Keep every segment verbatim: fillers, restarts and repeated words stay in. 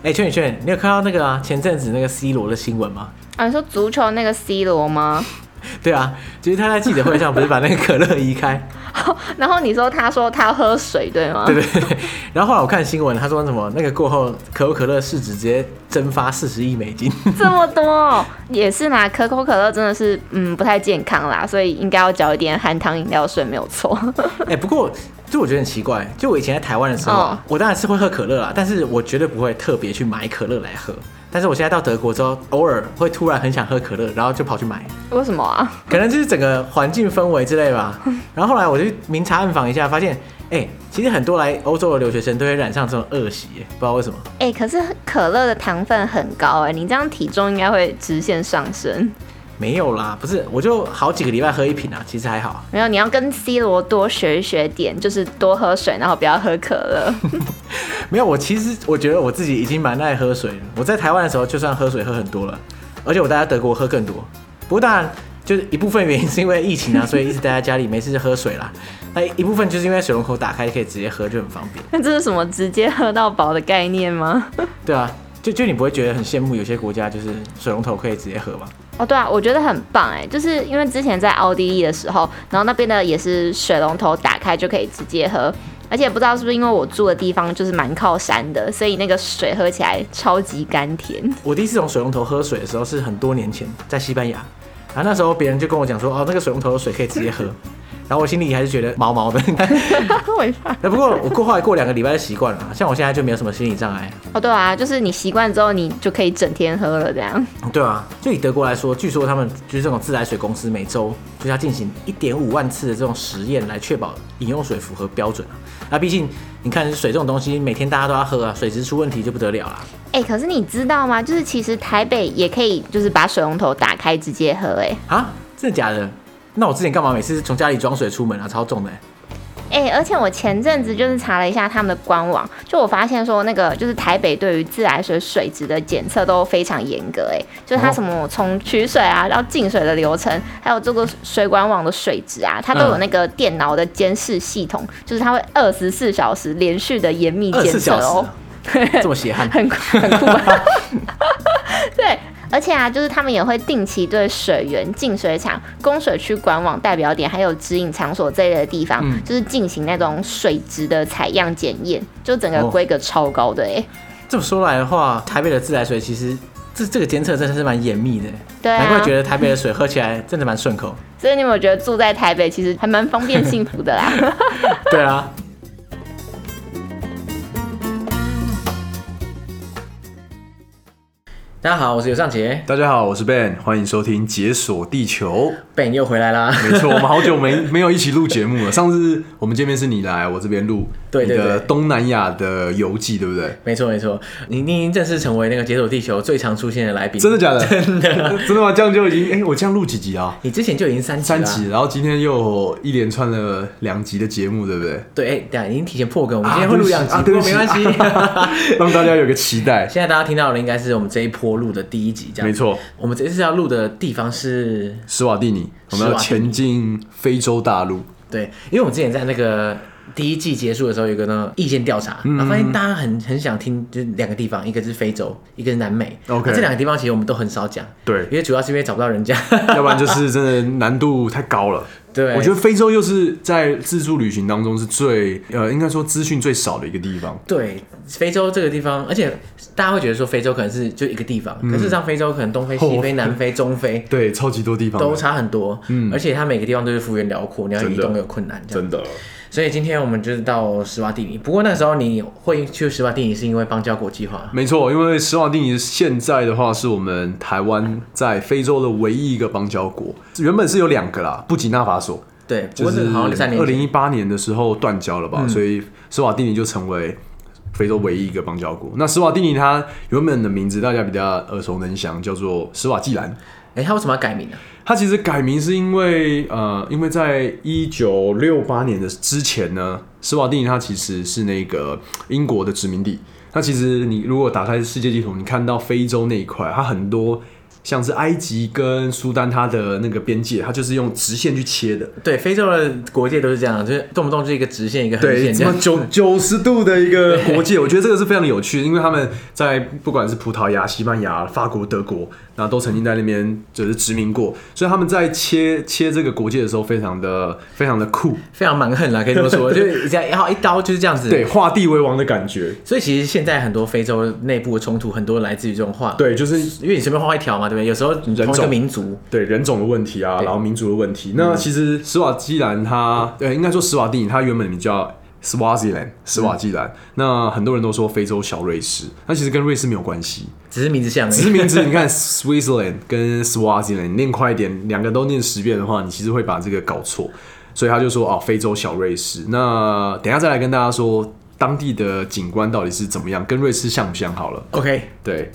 哎、欸，圈圈圈，你有看到那个啊？前阵子那个 C 罗的新闻吗？ 啊，你说足球那个 C 罗吗？ 对啊，就是他在记者会上不是把那个可乐移开， 然后你说他说他要喝水，对吗？ 对对对。然后后来我看新闻，他说什么那个过后可口可乐市值直接蒸发四十亿美金， 这么多，也是啦。可口可乐真的是嗯不太健康啦，所以应该要缴一点含糖饮料税，没有错。 哎、欸，不过就我觉得很奇怪，就我以前在台湾的时候、啊哦，我当然是会喝可乐啦，但是我绝对不会特别去买可乐来喝。但是我现在到德国之后，偶尔会突然很想喝可乐，然后就跑去买。 为什么啊？ 可能就是整个环境氛围之类吧。然后后来我就明察暗访一下，发现，哎、欸，其实很多来欧洲的留学生都会染上这种恶习，不知道为什么。 哎、欸，可是可乐的糖分很高，哎，你这样体重应该会直线上升。 没有啦，不是，我就好几个礼拜喝一瓶啊，其实还好。 没有，你要跟 C 罗多学一学点，就是多喝水，然后不要喝可乐。 没有，我其实我觉得我自己已经蛮爱喝水了。我在台湾的时候，就算喝水喝很多了，而且我待在德国喝更多。不过当然，就是一部分原因是因为疫情啊，所以一直待在家里没事喝水啦。那一部分就是因为水龙头打开可以直接喝，就很方便。 那这是什么直接喝到饱的概念吗？ 对啊，就就你不会觉得很羡慕有些国家就是水龙头可以直接喝吗？ 哦，对啊，我觉得很棒哎，就是因为之前在奥地利的时候，然后那边的也是水龙头打开就可以直接喝，而且不知道是不是因为我住的地方就是蛮靠山的，所以那个水喝起来超级甘甜。 我第一次从水龙头喝水的时候是很多年前，在西班牙，然后那时候别人就跟我讲说，哦，那个水龙头的水可以直接喝。然后我心里还是觉得毛毛的，不过我过后来过两个礼拜就习惯了，像我现在就没有什么心理障碍。 哦，对啊，就是你习惯之后，你就可以整天喝了这样。 对啊，就以德国来说，据说他们就是这种自来水公司每周就是要进行一点五万次的这种实验，来确保饮用水符合标准啊。那毕竟你看水这种东西，每天大家都要喝啊，水质出问题就不得了啦。 哎、欸，可是你知道吗？就是其实台北也可以，就是把水龙头打开直接喝、欸。哎， 啊，真的假的？那我之前干嘛每次从家里装水出门啊，超重的、欸。 哎、欸，而且我前阵子就是查了一下他们的官网，就我发现说那个就是台北对于自来水水质的检测都非常严格，哎，就是它什么从取水啊到进水的流程，还有这个水管网的水质啊，它都有那个电脑的监视系统，嗯、就是它会二十四小时连续的严密监测哦。 这么血汗， 很很酷吧？对。而且啊，就是他们也会定期对水源、净水厂、供水区管网代表点，还有指引场所这类的地方，嗯、就是进行那种水质的采样检验，就整个规格超高的哎、欸。 这么说来的话，台北的自来水其实这这个监测真的是蛮严密的， 对啊， 难怪觉得台北的水喝起来真的蛮顺口。 所以你有没有觉得住在台北其实还蛮方便幸福的啦？ 对啊。大家好，我是尤尚杰。 大家好，我是 Ben， 欢迎收听《解锁地球》。 Ben 又回来啦。 没错，我们好久没没有一起录节目了。上次我们见面是你来，我这边录你的东南亚的游记，对不对？ 没错没错，你你已经正式成为那个《解锁地球》最常出现的来宾。 真的假的？ 真的真的吗？这样就已经哎、欸，我这样录几集啊？ 你之前就已经三集了、啊， 三集，然后今天又一连串了两集的节目，对不对？ 对，哎、欸，等一下已经提前破梗，我们今天会录两集，啊、不过没关系， 让大家有个期待。 现在大家听到的应该是我们这一波录的第一集，这样没错。 我们这次要录的地方是史瓦蒂尼，我们要前进非洲大陆。 对，因为我们之前在那个第一季结束的时候有个呢意见调查，嗯、然后发现大家很很想听，就是两个地方，一个是非洲，一个是南美。OK， 这两个地方其实我们都很少讲， 对， 因为主要是因为找不到人家， 要不然就是真的难度太高了。 对， 我觉得非洲又是在自助旅行当中是最呃，应该说资讯最少的一个地方。 对，非洲这个地方，而且大家会觉得说非洲可能是就一个地方，嗯、可是上非洲可能东非、西非、南非、中非， 对，超级多地方都差很多。嗯，而且它每个地方都是幅员辽阔，你要移动有困难， 真的。 所以今天我们就是到史瓦蒂尼，不过那时候你会去史瓦蒂尼是因为邦交国计划。 没错，因为史瓦蒂尼现在的话是我们台湾在非洲的唯一一个邦交国，原本是有两个啦，布吉纳法索。 对， 就是二零一八年的时候断交了吧，嗯、所以史瓦蒂尼就成为非洲唯一一个邦交国。那史瓦蒂尼它原本的名字大家比较耳熟能详，叫做史瓦济兰。 哎、欸，它为什么要改名呢、啊？ 它其实改名是因为呃，因为在一九六八年的之前呢，史瓦蒂尼它其实是那个英国的殖民地。那其实你如果打开世界地图，你看到非洲那一块，它很多像是埃及跟苏丹，它的那个边界，它就是用直线去切的。 对，非洲的国界都是这样，就是动不动就一个直线一个横线， 对，九九十度的一个国界，我觉得这个是非常的有趣，因为他们在不管是葡萄牙、西班牙、法国、德国，然后都曾经在那边就是殖民过，所以他们在切切这个国界的时候，非常的非常的酷， 非常蛮横啦，可以这么说，就是这样，然后一刀就是这样子， 对，画地为王的感觉。 所以其实现在很多非洲内部的冲突，很多来自于这种画， 对，就是因为你随便画一条嘛，对不对？有时候同一个民族， 对人种的问题啊，然后民族的问题。那其实史瓦基兰它，呃，应该说史瓦蒂尼，它原本的名叫 Swaziland， 史瓦基兰。嗯、那很多人都说非洲小瑞士，那其实跟瑞士没有关系， 只是名字像而已， 只是名字。你看 Switzerland 跟 Swaziland 念快一点，两个都念十遍的话，你其实会把这个搞错。所以他就说哦，非洲小瑞士。那等一下再来跟大家说当地的景观到底是怎么样，跟瑞士像不像好了。 OK， 对。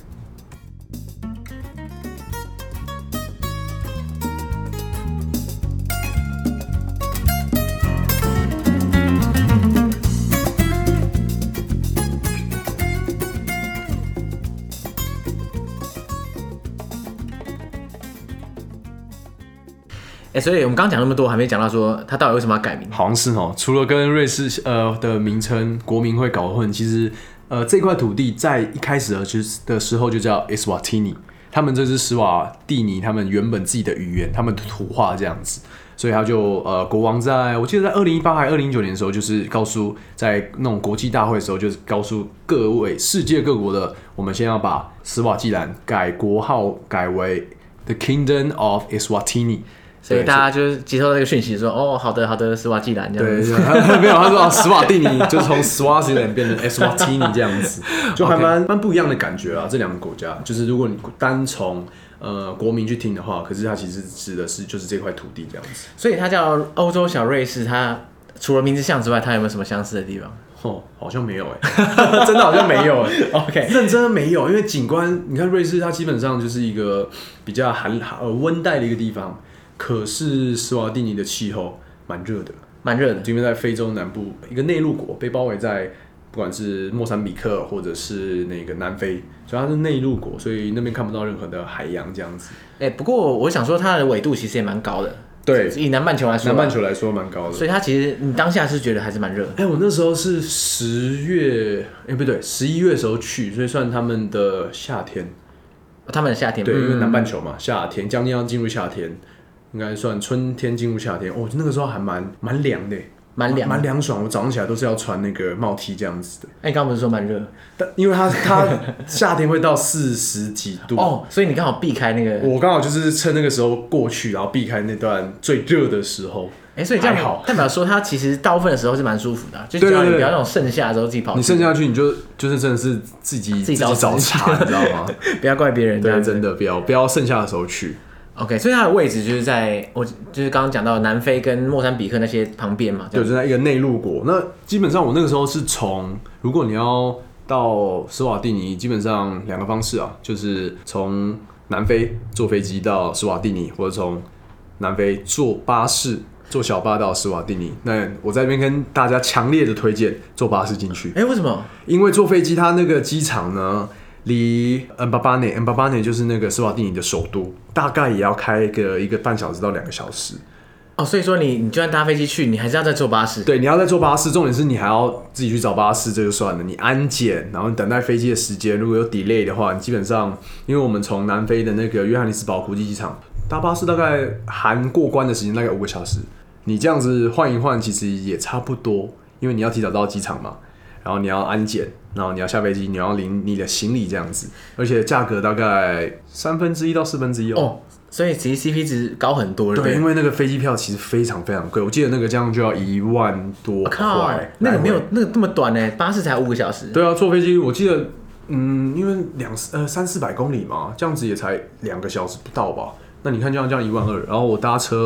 欸、所以我们刚刚讲那么多，还没讲到说他到底为什么要改名？ 好像是哦，除了跟瑞士呃的名称国名会搞混，其实呃这块土地在一开始的时候就叫 Eswatini， 他们这是史瓦蒂尼他们原本自己的语言，他们的土话这样子，所以他就呃国王在我记得在二零一八还二零一九年的时候，就是告诉在那种国际大会的时候，就是告诉各位世界各国的，我们先要把史瓦济兰改国号改为 The Kingdom of Eswatini。 所以大家就是接受这个讯息说，哦，好的好的，史瓦济兰这样子。 对，没有，他说哦，史瓦蒂尼就是从 Swaziland 变成 Eswatini 这样子，就还蛮蛮不一样的感觉啊。这两个国家，就是如果你单从呃国民去听的话，可是它其实指的是就是这块土地这样子。 所以它叫欧洲小瑞士，它除了名字像之外，它有没有什么相似的地方？ 哦，好像没有哎、欸，真的好像没有哎、欸。 OK， 认真没有，因为景观，你看瑞士，它基本上就是一个比较寒呃温带的一个地方。可是史瓦蒂尼的气候蛮热的， 蛮热的， 因为在非洲南部一个内陆国，被包围在不管是莫桑比克或者是那个南非，所以它是内陆国，所以那边看不到任何的海洋这样子。 哎、欸，不过我想说它的纬度其实也蛮高的， 对， 以南半球来说， 南半球来说蛮高的， 所以它其实你当下是觉得还是蛮热的。 哎、欸，我那时候是十月，哎、欸、不对，十一月的时候去，所以算他们的夏天， 他们的夏天， 对， 嗯、 因为南半球嘛，夏天将近要进入夏天。应该算春天进入夏天哦，那个时候还蛮蛮凉的， 蛮凉， 蛮凉爽。我早上起来都是要穿那个帽 T 这样子的。 哎、欸，刚刚不是说蛮热？ 但因为它它夏天会到四十几度哦，所以你刚好避开那个。 我刚好就是趁那个时候过去，然后避开那段最热的时候。 哎、欸，所以这样好，代表说它其实大部分的时候是蛮舒服的、啊，就只要你不要那种盛夏的时候自己跑。 你盛下去，你就就是真的是自己自己找茬，你知道吗？ 不要怪别人。 对，真的不要不要盛夏的时候去。 OK， 所以它的位置就是在我就是刚刚讲到南非跟莫桑比克那些旁边嘛， 对，就在一个内陆国。那基本上我那个时候是从，如果你要到史瓦蒂尼，基本上两个方式啊，就是从南非坐飞机到史瓦蒂尼，或者从南非坐巴士坐小巴到史瓦蒂尼。那我在这边跟大家强烈的推荐坐巴士进去。 哎、欸，为什么？ 因为坐飞机它那个机场呢，离 Mbabane，Mbabane 就是那个史瓦蒂尼的首都，大概也要开个一个半小时到两个小时。 哦，所以说你你就算搭飞机去，你还是要再坐巴士。 对，你要再坐巴士，重点是你还要自己去找巴士，这就算了。你安检，然后你等待飞机的时间，如果有 delay 的话，你基本上，因为我们从南非的那个约翰尼斯堡国际机场搭巴士，大概含过关的时间大概五个小时。你这样子换一换，其实也差不多，因为你要提早到机场嘛，然后你要安检，然后你要下飞机，你要领你的行李这样子，而且价格大概三分之一到四分之一哦。 所以其实 C P 值高很多了。 对，因为那个飞机票其实非常非常贵，我记得那个这样就要一万多块。 那个没有那个那么短呢，巴士才五个小时。 对啊，坐飞机我记得，嗯，因为两呃三四百公里嘛，这样子也才两个小时不到吧。那你看这样这样一万二，然后我搭车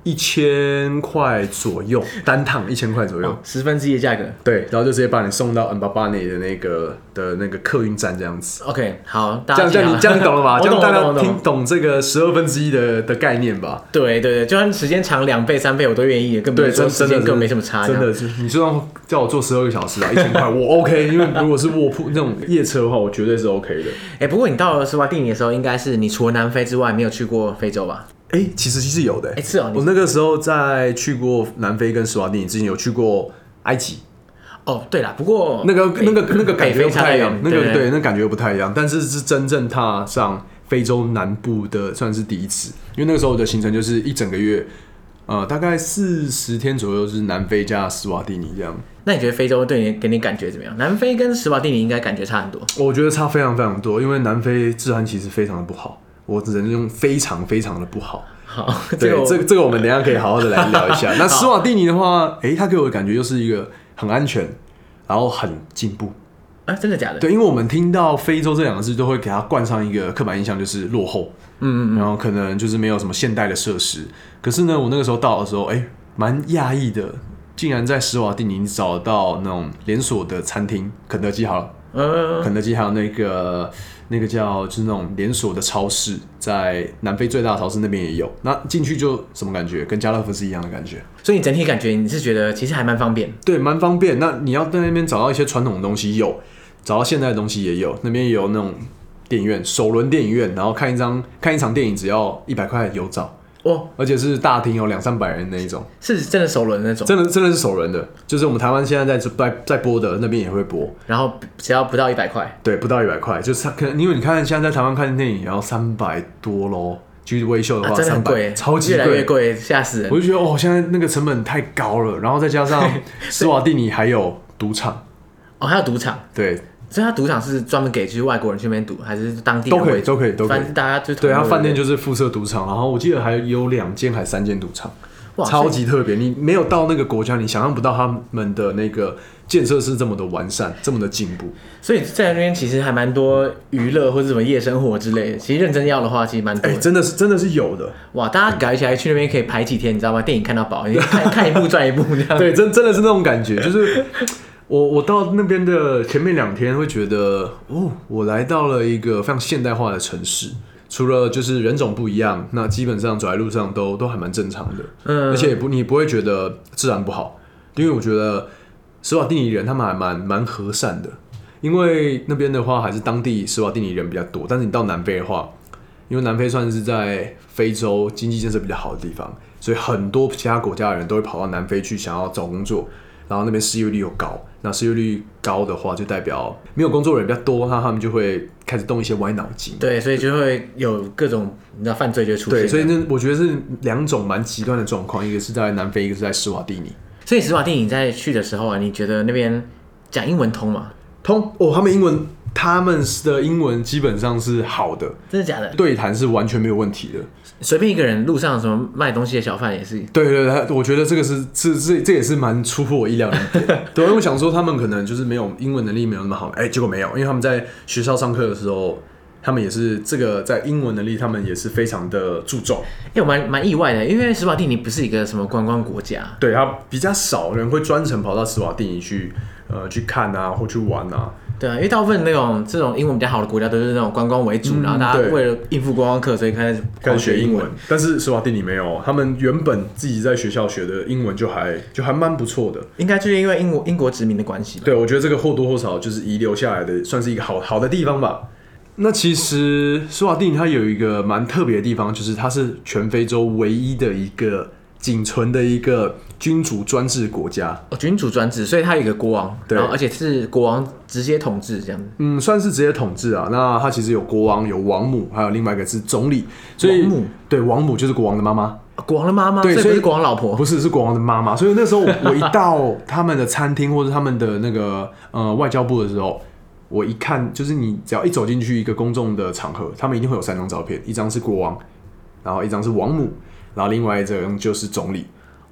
一千块左右，单趟一千块左右， 哦，十分之一的价格。 对，然后就直接把你送到恩巴巴内的那个的那个客运站这样子。 OK， 好， 这样这样你这样你懂了吧？ 我懂这样大我懂家听懂这个十二分之一的的概念吧？ 对对对，就算时间长两倍三倍我都愿意，更不对， 是说真的时间更没什么差。 真的是，你就算叫我坐十二个小时啊，一千块我 OK， 因为如果是卧铺那种夜车的话，我绝对是 OK 的。 哎，不过你到了斯瓦蒂尼的时候，应该是你除了南非之外没有去过非洲吧？ 哎、欸，其实其实有的、欸。 哎、欸，是哦。 我那个时候在去过南非跟史瓦蒂尼之前，有去过埃及。 哦，对啦，不过那个那个那个感觉又不太一样，那个对， 对，那感觉又不太一样。但是是真正踏上非洲南部的，算是第一次。因为那个时候的行程就是一整个月，呃，大概四十天左右，是南非加史瓦蒂尼这样。 那你觉得非洲对你给你感觉怎么样？南非跟史瓦蒂尼应该感觉差很多。 我觉得差非常非常多，因为南非治安其实非常的不好。我只能用非常非常的不好。 好， 对， 这个这个这个我们等一下可以好好的来聊一下。那史瓦蒂尼的话，哎、欸，他给我的感觉就是一个很安全，然后很进步。 啊，真的假的？ 对，因为我们听到非洲这两个字，都会给他冠上一个刻板印象，就是落后。嗯嗯，然后可能就是没有什么现代的设施。可是呢，我那个时候到的时候，哎、欸，蛮讶异的，竟然在史瓦蒂尼找到那种连锁的餐厅，肯德基好了，嗯，肯德基还有那个。那个叫就是那种连锁的超市，在南非最大的超市那边也有。那进去就什么感觉？跟家乐福是一样的感觉。 所以你整体感觉你是觉得其实还蛮方便？ 对，蛮方便。那你要在那边找到一些传统的东西有，找到现代的东西也有。那边也有那种电影院，首轮电影院，然后看一张看一场电影只要一百块有找。哦，而且是大厅有两三百人那一种， 是真的首轮那种， 真的真的是首轮的，就是我们台湾现在在在在播的那边也会播， 然后只要不到一百块， 对，不到一百块，就是可能因为你看现在在台湾看电影也要三百多咯，去微秀的话， 啊、真的很贵， 超级贵， 越来越贵，吓死人！ 我就觉得哦，现在那个成本太高了，然后再加上史瓦蒂尼还有赌场， 哦，还有赌场， 对。 所以他赌场是专门给就是外国人去那边赌，还是当地人都可以，都可以，都可以。 反正大家就对，他饭店就是附设赌场，然后我记得还有两间还三间赌场，超级特别。你没有到那个国家，你想象不到他们的那个建设是这么的完善，这么的进步。 所以在那边其实还蛮多娱乐或者什么夜生活之类的。其实认真要的话，其实蛮多的。 哎、欸，真的是真的是有的。 哇，大家改起来去那边可以排几天，你知道吗？电影看到饱，看看一部赚一部这样。 对，真真的是那种感觉，就是。我我到那边的前面两天会觉得，哦，我来到了一个非常现代化的城市。除了就是人种不一样，那基本上走在路上都都还蛮正常的，嗯，而且也不你不会觉得治安不好，因为我觉得史瓦蒂尼人他们还蛮蛮和善的，因为那边的话还是当地史瓦蒂尼人比较多，但是你到南非的话，因为南非算是在非洲经济建设比较好的地方，所以很多其他国家的人都会跑到南非去想要找工作。然后那边失业率又高，那失业率高的话，就代表没有工作的人比较多，那他们就会开始动一些歪脑筋。 对，所以就会有各种你知道犯罪就会出现。 对，所以那我觉得是两种蛮极端的状况，一个是在南非，一个是在史瓦蒂尼。 所以史瓦蒂尼在去的时候啊，你觉得那边讲英文通吗？ 通哦，他们英文。他们的英文基本上是好的， 真的假的？ 对谈是完全没有问题的。 随便一个人路上什么卖东西的小贩也是。 对对对，我觉得这个是这这这也是蛮出乎我意料的一点。对，因为我想说他们可能就是没有英文能力没有那么好，哎、欸，结果没有，因为他们在学校上课的时候，他们也是这个在英文能力，他们也是非常的注重。 哎、欸，我蛮蛮意外的，因为史瓦蒂尼不是一个什么观光国家， 对，他比较少人会专程跑到史瓦蒂尼去呃去看啊或去玩啊。 对啊，因为大部分那种这种英文比较好的国家都是那种观光为主，嗯、然后大家为了应付观光客，所以开始开始学英文。但是史瓦蒂尼没有，他们原本自己在学校学的英文就还就还蛮不错的。 应该就是因为英国英国殖民的关系。 对，我觉得这个或多或少就是遗留下来的，算是一个好好的地方吧。那其实史瓦蒂尼它有一个蛮特别的地方，就是它是全非洲唯一的一个仅存的一个君主专制国家。 哦，君主专制，所以它有一个国王，然后而且是国王直接统治这样子。 嗯，算是直接统治啊。那它其实有国王、有王母，还有另外一个是总理。所以王母对，王母就是国王的妈妈。 国王的妈妈， 对， 所以不是国王老婆， 不是，是国王的妈妈。所以那时候我一到他们的餐厅或者他们的那个呃外交部的时候，我一看，就是你只要一走进去一个公众的场合，他们一定会有三张照片，一张是国王，然后一张是王母，然后另外一张就是总理。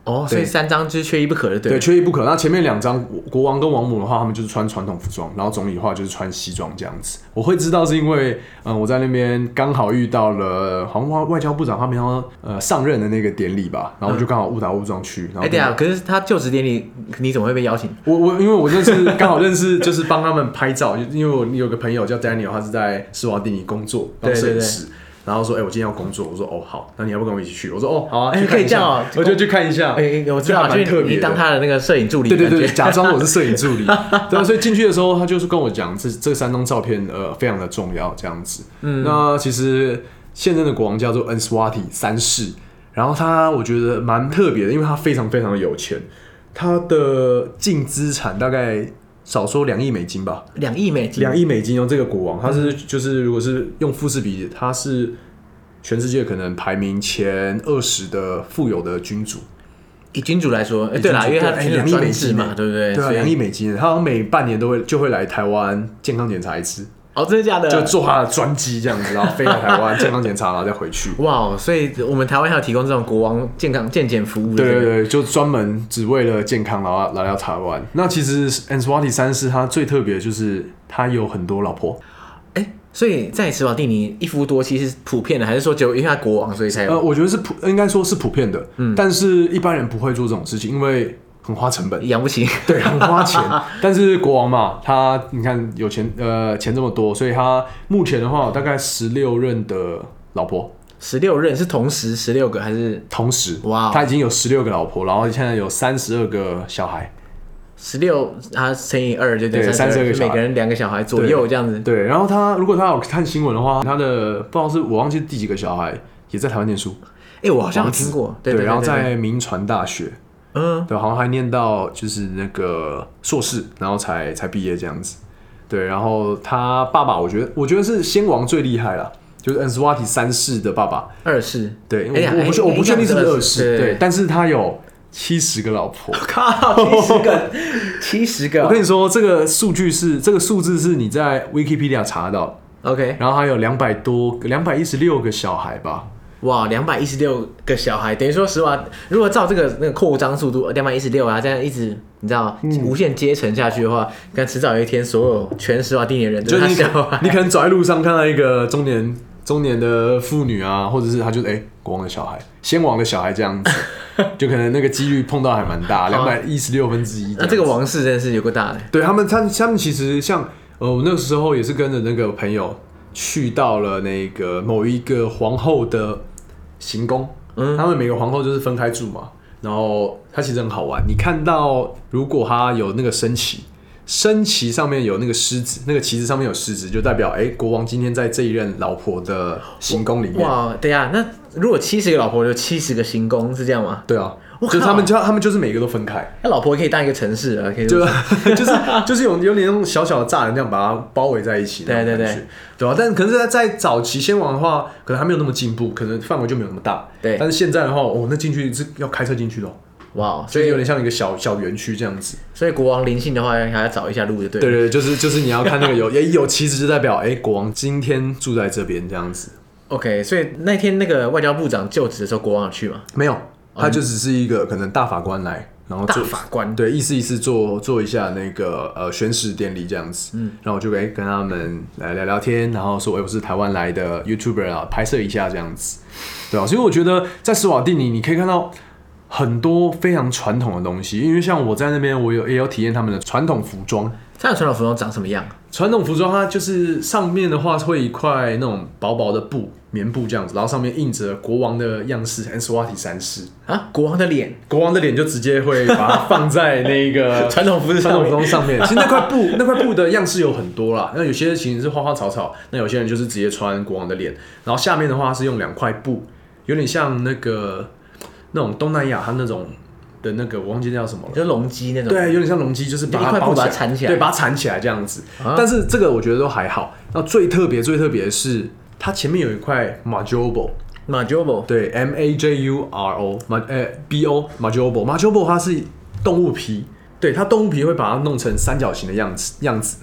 哦，所以三张就是缺一不可的，对。 对，缺一不可。那前面两张国王跟王母的话，他们就是穿传统服装，然后总理的话就是穿西装这样子。我会知道是因为，嗯，我在那边刚好遇到了，好像外交部长他们要呃上任的那个典礼吧，然后我就刚好误打误撞去。哎、 欸，对啊，可是他就职典礼你怎么会被邀请？ 我我因为我认识刚好认识，就是帮他们拍照，因为我有个朋友叫 Daniel， 他是在施瓦蒂尼工作当摄影师。对对对，然后说，哎、欸，我今天要工作。我说，哦，好，那你要不跟我一起去？我说，哦，好啊， 哎、欸，可以这样哦， 我就去看一下。 哎、欸，我知道，蛮特别的。你当他的那个摄影助理， 对对对，假装我是摄影助理。对啊，所以进去的时候，他就是跟我讲，这这三张照片，呃，非常的重要，这样子。嗯，那其实现任的国王叫做 Mswati 三世，然后他我觉得蛮特别的，因为他非常非常的有钱，他的净资产大概。少说两亿美金吧， 两亿美金， 两亿美金哦！这个国王，他是就是如果是用富士比，他是全世界可能排名前二十的富有的君主。 以君主来说，欸、对啦，因为他两亿美金嘛，对不对？ 对啊，两亿美金，他好像每半年都会就会来台湾健康检查一次。 哦，真的假的？ 就坐他的专机这样子，然后飞来台湾健康检查，然后再回去。 哇，所以我们台湾还有提供这种国王健康健检服务的、 这个。对对对，就专门只为了健康，然后来到台湾。那其实 Mswati 三世他最特别的就是他有很多老婆。 哎、欸，所以在史瓦蒂尼一夫多妻是普遍的，还是说只有因为他国王所以才有？ 呃，我觉得是普，应该说是普遍的。嗯，但是一般人不会做这种事情，因为。很花成本， 养不起， 对，很花钱。但是国王嘛，他你看有钱，呃，钱这么多，所以他目前的话有大概十六任的老婆。 十六任是同时十六个还是同时？ 哇、wow ， 他已经有十六个老婆，然后现在有三十二个小孩。 十六他乘以二就对三十二个小孩， 每个人两个小孩左右这样子。 对，然后他如果他有看新闻的话，他的不知道是我忘记第几个小孩也在台湾念书。 哎、欸，我好像有听过，对对, 对, 对, 对, 对, 对，然后在铭传大学。 嗯， 对，好像还念到就是那个硕士，然后才才毕业这样子。对，然后他爸爸，我觉得我觉得是先王最厉害了，就是 Mswati 三世的爸爸。 二世， 对， 欸、 我我不确、欸、我不确定是不是二世， 对， 对，但是他有七十个老婆。 靠，七十个，七十个！ 我跟你说，这个数据是这个数字是你在 Wikipedia 查到 ，OK， 然后还有两百多两百一十六个小孩吧。 哇，两百一十六个小孩，等于说实话，如果照这个那个扩张速度，两百一十六啊，这样一直你知道、嗯、无限阶层下去的话，可能迟早有一天，所有全史瓦蒂尼的人都是他小孩。 你可能走在路上看到一个中年中年的妇女啊，或者是他就是哎、欸、国王的小孩、先王的小孩这样子，就可能那个几率碰到还蛮大，两百一十六分之一。 那这个王室真的是有够大的。 对他们，他他们其实像呃，我那个时候也是跟着那个朋友去到了那个某一个皇后的行宫，嗯，他们每个皇后就是分开住嘛，然后它其实很好玩。你看到如果它有那个升旗，升旗上面有那个狮子，那个旗子上面有狮子，就代表哎、欸，国王今天在这一任老婆的行宫里面。 哇，对啊，那如果七十个老婆有七十个行宫是这样吗？ 对啊。就是他们就他们就是每个都分开， 那老婆可以当一个城市啊，可以就就是就是有有点那种小小的栅栏这样把它包围在一起， 对对对， 对吧、啊？但可是在在早期先王的话，可能还没有那么进步，可能范围就没有那么大。 对， 但是现在的话，哦，那进去是要开车进去的、哦， 哇， 所以有点像一个小小园区这样子。 所以国王临幸的话，还要找一下路，就对。 对对，就是就是你要看那个有也有旗子，就代表哎、欸，国王今天住在这边这样子。 OK， 所以那天那个外交部长就职的时候，国王有去吗？ 没有。他就只是一个可能大法官来，然后做大法官对意思意思做做一下那个呃宣誓典礼这样子，嗯，然后我就哎、欸、跟他们来聊聊天，然后说哎、欸、我是台湾来的 YouTuber 啊，拍摄一下这样子，对啊，所以我觉得在史瓦蒂尼你可以看到很多非常传统的东西，因为像我在那边我有也有体验他们的传统服装。 它的传统服装长什么样？ 传统服装它就是上面的话会一块那种薄薄的布，棉布这样子，然后上面印着国王的样式 ，Mswati 三世啊，国王的脸， 国王的脸就直接会把它放在那个传统服传统服装上面。其实那块布那块布的样式有很多啦，那有些其实是花花草草，那有些人就是直接穿国王的脸，然后下面的话是用两块布，有点像那个那种东南亚它那种。的那个我忘记叫什么了， 就龙基那种， 对，有点像龙基，就是把它包起来， 缠起来， 对，把它缠起来这样子。啊、但是这个我觉得都还好。那最特别、最特别的是，它前面有一块 majobo，majobo， 对 ，M A J U R O， 呃 B O majobo，majobo 它是动物皮，对，它动物皮会把它弄成三角形的样子，样子。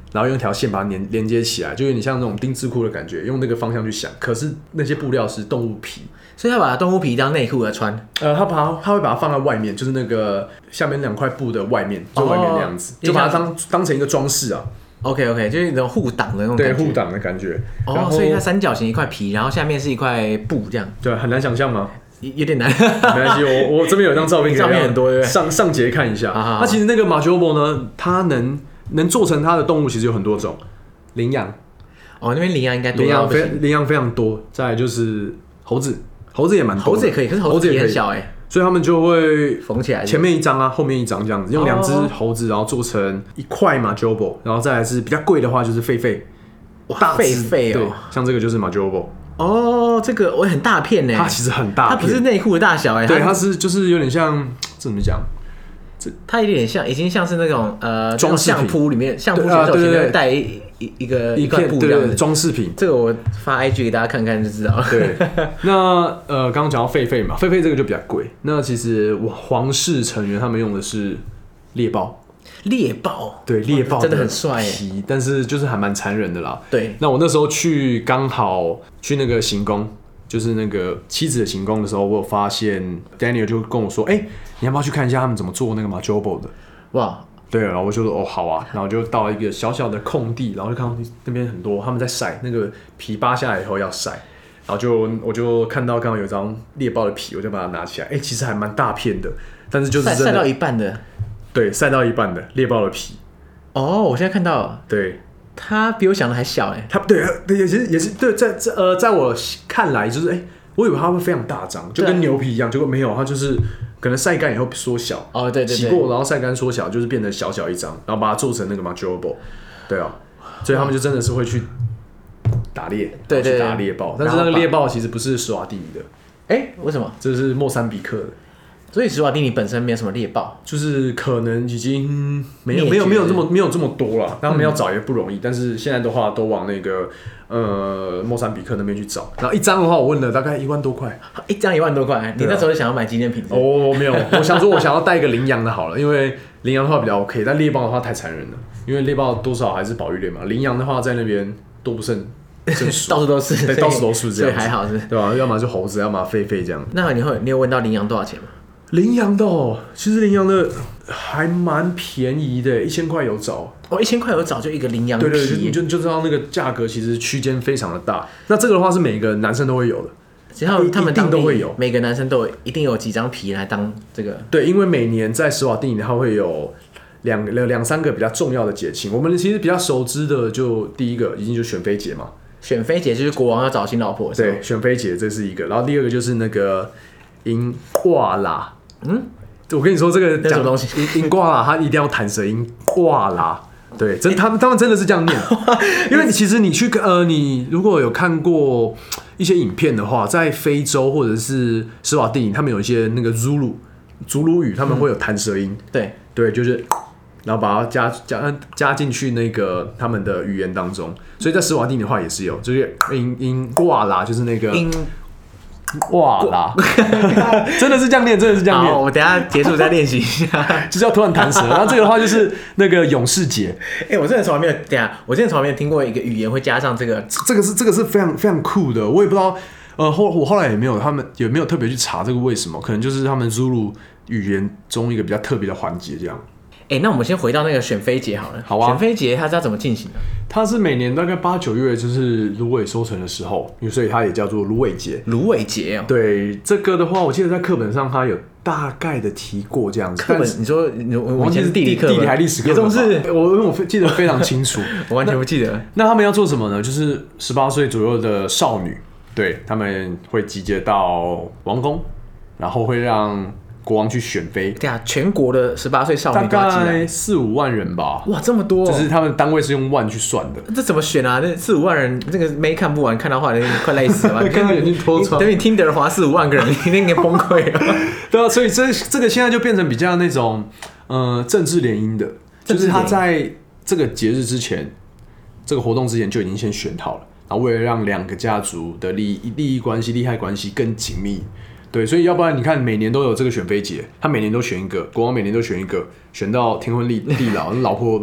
然后用一条线把它连连接起来，就有点像那种丁字裤的感觉，用那个方向去想。可是那些布料是动物皮， 所以他把动物皮当内裤来穿。 呃，他把它他会把它放在外面，就是那个下面两块布的外面，就外面那样子，哦、就把它当当成一个装饰啊。 OK OK， 就是那种护挡的那种感觉， 对，护挡的感觉。 哦，所以它三角形一块皮，然后下面是一块布，这样。 对，很难想象吗？ 有点难， 没关系，我我这边有张照片， 照片很多，对不对？ 上上节看一下。 好好好， 那其实那个马丘波呢，它能能做成它的动物，其实有很多种，羚羊。 哦，那边羚羊应该多， 羚羊非羚羊非常多。再来就是猴子，猴子也蛮多， 猴子也可以，可是猴子也很小哎。 所以他们就会缝起来， 前面一张啊，后面一张这样子，用两只猴子，然后做成一块马丘波，然后再来是比较贵的话就是狒狒， 大狒狒哦， 像这个就是马丘波。 哦，这个我很大片呢， 它其实很大片， 它不是内裤的大小哎， 对，它是就是有点像怎么讲？ 它有点像，已经像是那种呃装相扑里面相扑选手前面带一一一个一块布这样子装饰品。 这个我发 I G 给大家看看就知道了。 对，那呃刚刚讲到狒狒嘛，狒狒这个就比较贵。那其实皇室成员他们用的是猎豹。 猎豹， 对，猎豹真的很帅皮，但是就是还蛮残忍的啦。 对， 那我那时候去刚好去那个行宫，就是那个妻子的行宫的时候，我有发现 Daniel 就跟我说：“哎、欸，你要不要去看一下他们怎么做那个马丘波的？”哇，对，然后我就说：“哦，好啊。”然后就到一个小小的空地，然后就看到那边很多他们在晒那个皮扒下来以后要晒，然后就我就看到刚好有一张猎豹的皮，我就把它拿起来，哎、欸，其实还蛮大片的，但是就是真的晒到一半的。 对，晒到一半的猎豹的皮。 哦，我现在看到了， 对， 它比我想的还小哎。 它对对，也是也是对，在在呃，在我看来就是哎、欸，我以为它会非常大张，就跟牛皮一样，结果没有，它就是可能晒干以后缩小。 哦，对对对， 洗过然后晒干缩小，就是变成小小一张，然后把它做成那个 Majobo。对啊，所以他们就真的是会去打猎， 对对， 去打猎豹。但是那个猎豹其实不是史瓦蒂尼的， 哎、欸，为什么？ 这是莫桑比克的。 所以史瓦蒂尼本身没有什么猎豹， 就是可能已经没有没有没有这么没有这么多了，他们要找也不容易。嗯、但是现在的话，都往那个呃莫桑比克那边去找。然后一张的话，我问了大概一万多块， 一张一万多块。你那时候想要买纪念品？ 哦，没有，我想说我想要带一个羚羊的好了，因为羚羊的话比较 OK， 但猎豹的话太残忍了，因为猎豹多少还是保育类嘛。羚羊的话在那边多不胜。 到处都是， 对，到处都是这样， 所以还好是， 对吧、啊？要么就猴子，要么狒狒这样。 那你会，你有问到羚羊多少钱吗？ 羚羊的哦，其实羚羊的还蛮便宜的，一千块有找。 哦，一千块有找就一个羚羊皮， 对对，你就就知道那个价格其实区间非常的大。那这个的话是每个男生都会有的， 然后他们一定都会有， 每个男生都有一定有几张皮来当这个。 对，因为每年在史瓦蒂尼它会有两两三个比较重要的节庆，我们其实比较熟知的就第一个已经就选妃节嘛。 选妃节就是国王要找新老婆， 对，选妃节这是一个，然后第二个就是那个银挂啦，嗯，我跟你说这个讲什么东西？ 银银挂啦，它一定要弹舌音挂啦，对，真他们他们真的是这样念，因为其实你去呃，你如果有看过一些影片的话，在非洲或者是史瓦蒂尼，他们有一些那个 Zulu 祖鲁语，他们会有弹舌音， 嗯、对对，就是。然后把它加加加进去那个他们的语言当中，所以在史瓦蒂尼的话也是有，就是音音挂啦，就是那个音挂啦，真的是这样念，真的是这样念。 好，我等一下结束再练习一下， 就是要突然弹舌。然后这个的话就是那个勇士节， 哎、欸，我真的从来没有，等一下，我真的从来没有听过一个语言会加上这个， 这个是这个是非常非常酷的，我也不知道，呃后我后来也没有他们也没有特别去查这个为什么，可能就是他们 Zulu 语言中一个比较特别的环节这样。 哎、欸，那我们先回到那个选妃节好了。 好啊。 选妃节它是要怎么进行的？ 它是每年大概八九月，就是芦苇收成的时候，所以它也叫做芦苇节。 芦苇节哦。 对，这个的话，我记得在课本上它有大概的提过这样子。 课本，你说我以前是地理课本， 地理还历史课本？是，我因为我记得非常清楚， 我完全不记得那。 那他们要做什么呢？就是十八岁左右的少女，对，他们会集结到王宫，然后会让国王去选妃。 对啊，全国的十八岁少女大概四五万人吧。 哇，这么多、哦！ 就是他们单位是用万去算的。 这怎么选啊？那四五万人，这个没看不完，看到后来快累死了。 看到眼睛脱窗。 等你听的滑四五万个人，你一定给崩溃了。 对啊，所以这这个现在就变成比较那种呃政治联姻的，就是他在这个节日之前，这个活动之前就已经先选好了，然后为了让两个家族的利益利益关系、利害关系更紧密。对，所以要不然你看，每年都有这个选妃节，他每年都选一个，国王每年都选一个，选到天昏地地老，老婆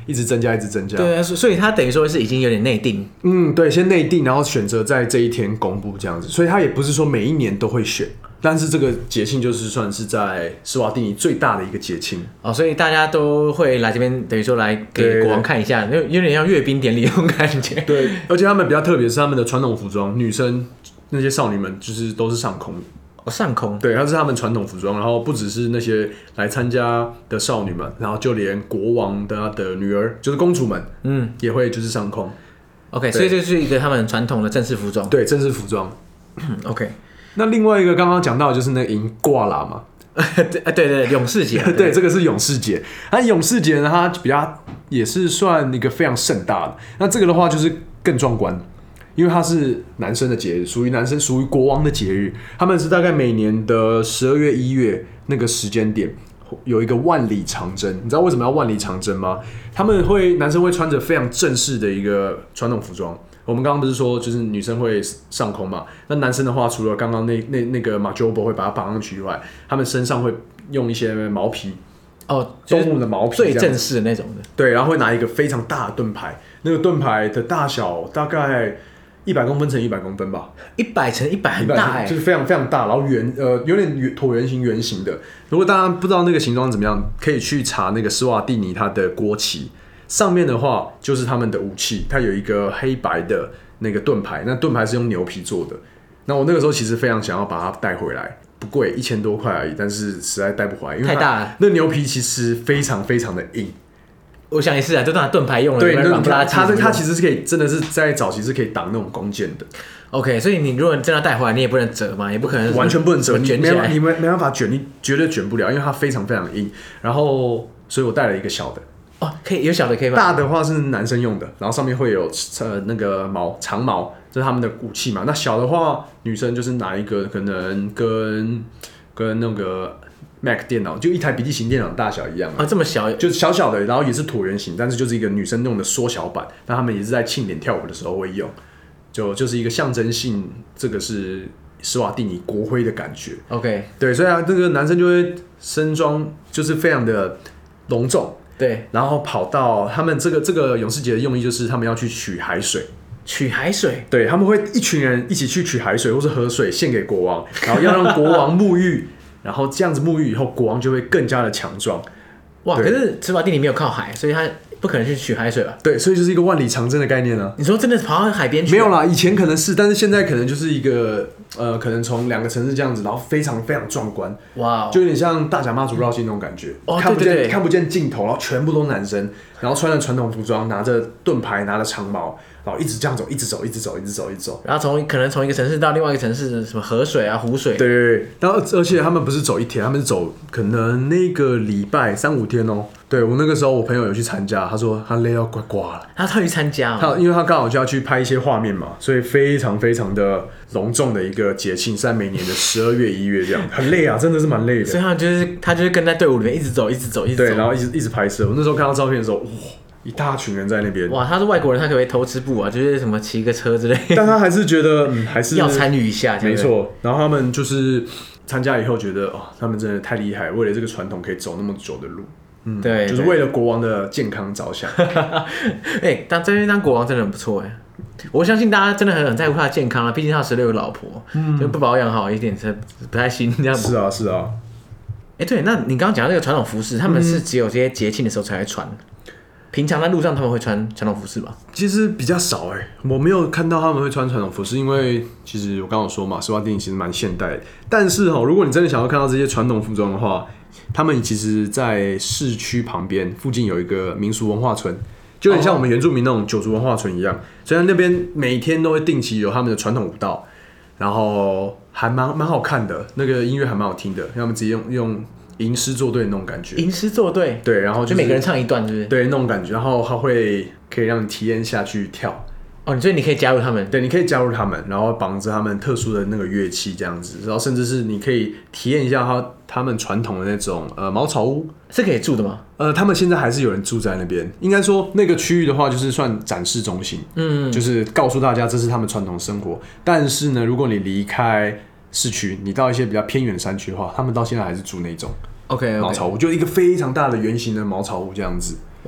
一直增加，一直增加。 对啊，所以它等于说是已经有点内定。 嗯，对，先内定，然后选择在这一天公布这样子，所以它也不是说每一年都会选。但是这个节庆就是算是在史瓦蒂尼最大的一个节庆哦，所以大家都会来这边，等于说来给国王看一下，有有点像阅兵典礼那种感觉。 对，而且他们比较特别是他们的传统服装，女生那些少女们就是都是上空。 哦，上空。 对，它是他们传统服装，然后不只是那些来参加的少女们，然后就连国王的他的女儿，就是公主们，嗯，也会就是上空。 OK， 所以这是一个他们传统的正式服装。 对，正式服装。 OK。 那另外一个刚刚讲到的就是那个银挂啦嘛， 对对对，勇士节， 对，这个是勇士节。那勇士节呢，它比较也是算一个非常盛大的。那这个的话就是更壮观，因为它是男生的节日，属于男生，属于国王的节日。他们是大概每年的十二月、一月那个时间点有一个万里长征。你知道为什么要万里长征吗？他们会男生会穿着非常正式的一个传统服装。我们刚刚不是说，就是女生会上空嘛？那男生的话，除了刚刚那那那个马丘波会把它绑上去以外，他们身上会用一些毛皮， 哦， 动物的毛皮， 最正式的那种的。 对，然后会拿一个非常大的盾牌，那个盾牌的大小大概一百公分乘一百公分吧， 一百乘一百很大哎、欸， 就是非常非常大，然后圆呃有点圆椭圆形圆形的。如果大家不知道那个形状怎么样，可以去查那个施瓦蒂尼它的国旗。上面的话就是他们的武器，它有一个黑白的那个盾牌，那盾牌是用牛皮做的。那我那个时候其实非常想要把它带回来，不贵，一千多块而已，但是实在带不回来，因为太大了。 那牛皮其实非常非常的硬。 我想也是啊，就拿盾牌用了， 对， 那它它它其实是可以，真的是在早期是可以挡那种弓箭的。 OK， 所以你如果真的带回来，你也不能折嘛，也不可能完全不能折， 卷起来， 你没没办法卷，你绝对卷不了，因为它非常非常硬。然后，所以我带了一个小的。 哦，可以有小的可以吗？ 大的话是男生用的，然后上面会有呃那个毛长毛，这是他们的武器嘛。那小的话，女生就是拿一个可能跟跟那个 Mac 电脑就一台笔记型电脑大小一样啊，这么小， 就是小小的，然后也是椭圆形，但是就是一个女生用的缩小版。那他们也是在庆典跳舞的时候会用，就就是一个象征性，这个是施瓦蒂尼国徽的感觉。 OK， 对，所以啊，这个男生就会身装就是非常的隆重。 对， 然后跑到他们这个这个勇士节的用意就是他们要去取海水， 取海水， 对，他们会一群人一起去取海水或是河水献给国王，然后要让国王沐浴，然后这样子沐浴以后，国王就会更加的强壮。 哇，可是施瓦蒂尼没有靠海，所以他不可能去取海水吧？ 对，所以就是一个万里长征的概念啊。 你说真的跑到海边去？ 没有啦，以前可能是，但是现在可能就是一个呃，可能从两个城市这样子，然后非常非常壮观，哇、wow ，就有点像大甲妈祖绕境那种感觉，哦、看不见对对对看不见尽头，然后全部都男生，然后穿着传统服装，拿着盾牌，拿着长矛。然后一直这样走，一直走，一直走，一直走，一直走。 然后从可能从一个城市到另外一个城市，什么河水啊、湖水。 对对对。然后而且他们不是走一天，他们是走可能那个礼拜三五天哦。对我那个时候，我朋友有去参加，他说他累到呱呱了。 他特意参加、哦， 他因为他刚好就要去拍一些画面嘛，所以非常非常的隆重的一个节庆，是在每年的十二月、一月这样，很累啊，真的是蛮累的。 所以他就是他就是跟在队伍里面一直走，一直走，一直走。 对，然后一直一直拍摄。我那时候看到照片的时候，哇！一大群人在那边， 哇！他是外国人，他可不可以偷吃步啊？就是什么骑个车之类的。 但他还是觉得，嗯，还是要参与一下， 没错。然后他们就是参加以后觉得，哦，他们真的太厉害，为了这个传统可以走那么久的路，嗯， 对， 就是为了国王的健康着想。 哎、欸，当这边当国王真的很不错哎，我相信大家真的很很在乎他的健康啊，毕竟他有十六个老婆，嗯，就不保养好一点，不太行这样。 是啊，是啊。 哎、欸，对，那你刚刚讲的那个传统服饰，他们是只有这些节庆的时候才会穿。平常在路上他们会穿传统服饰吗？ 其实比较少哎、欸，我没有看到他们会穿传统服饰，因为其实我刚刚有说嘛，施瓦蒂尼其实蛮现代的。但是哈，如果你真的想要看到这些传统服装的话，他们其实在市区旁边附近有一个民俗文化村，就很像我们原住民那种九族文化村一样。所以那边每天都会定期有他们的传统舞蹈，然后还蛮蛮好看的，那个音乐还蛮好听的，他们直接用用。吟诗作对那种感觉， 吟诗作对， 对，然后、就是、 就每个人唱一段，是不是？ 对，那种感觉，然后他会可以让你体验下去跳。 哦，所以你可以加入他们， 对，你可以加入他们，然后绑着他们特殊的那个乐器这样子，然后甚至是你可以体验一下他他们传统的那种呃茅草屋， 是可以住的吗？ 呃，他们现在还是有人住在那边，应该说那个区域的话，就是算展示中心，嗯，就是告诉大家这是他们传统生活。但是呢，如果你离开市区，你到一些比较偏远的山区的话，他们到现在还是住那种 OK 茅草屋，就一个非常大的圆形的茅草屋这样子。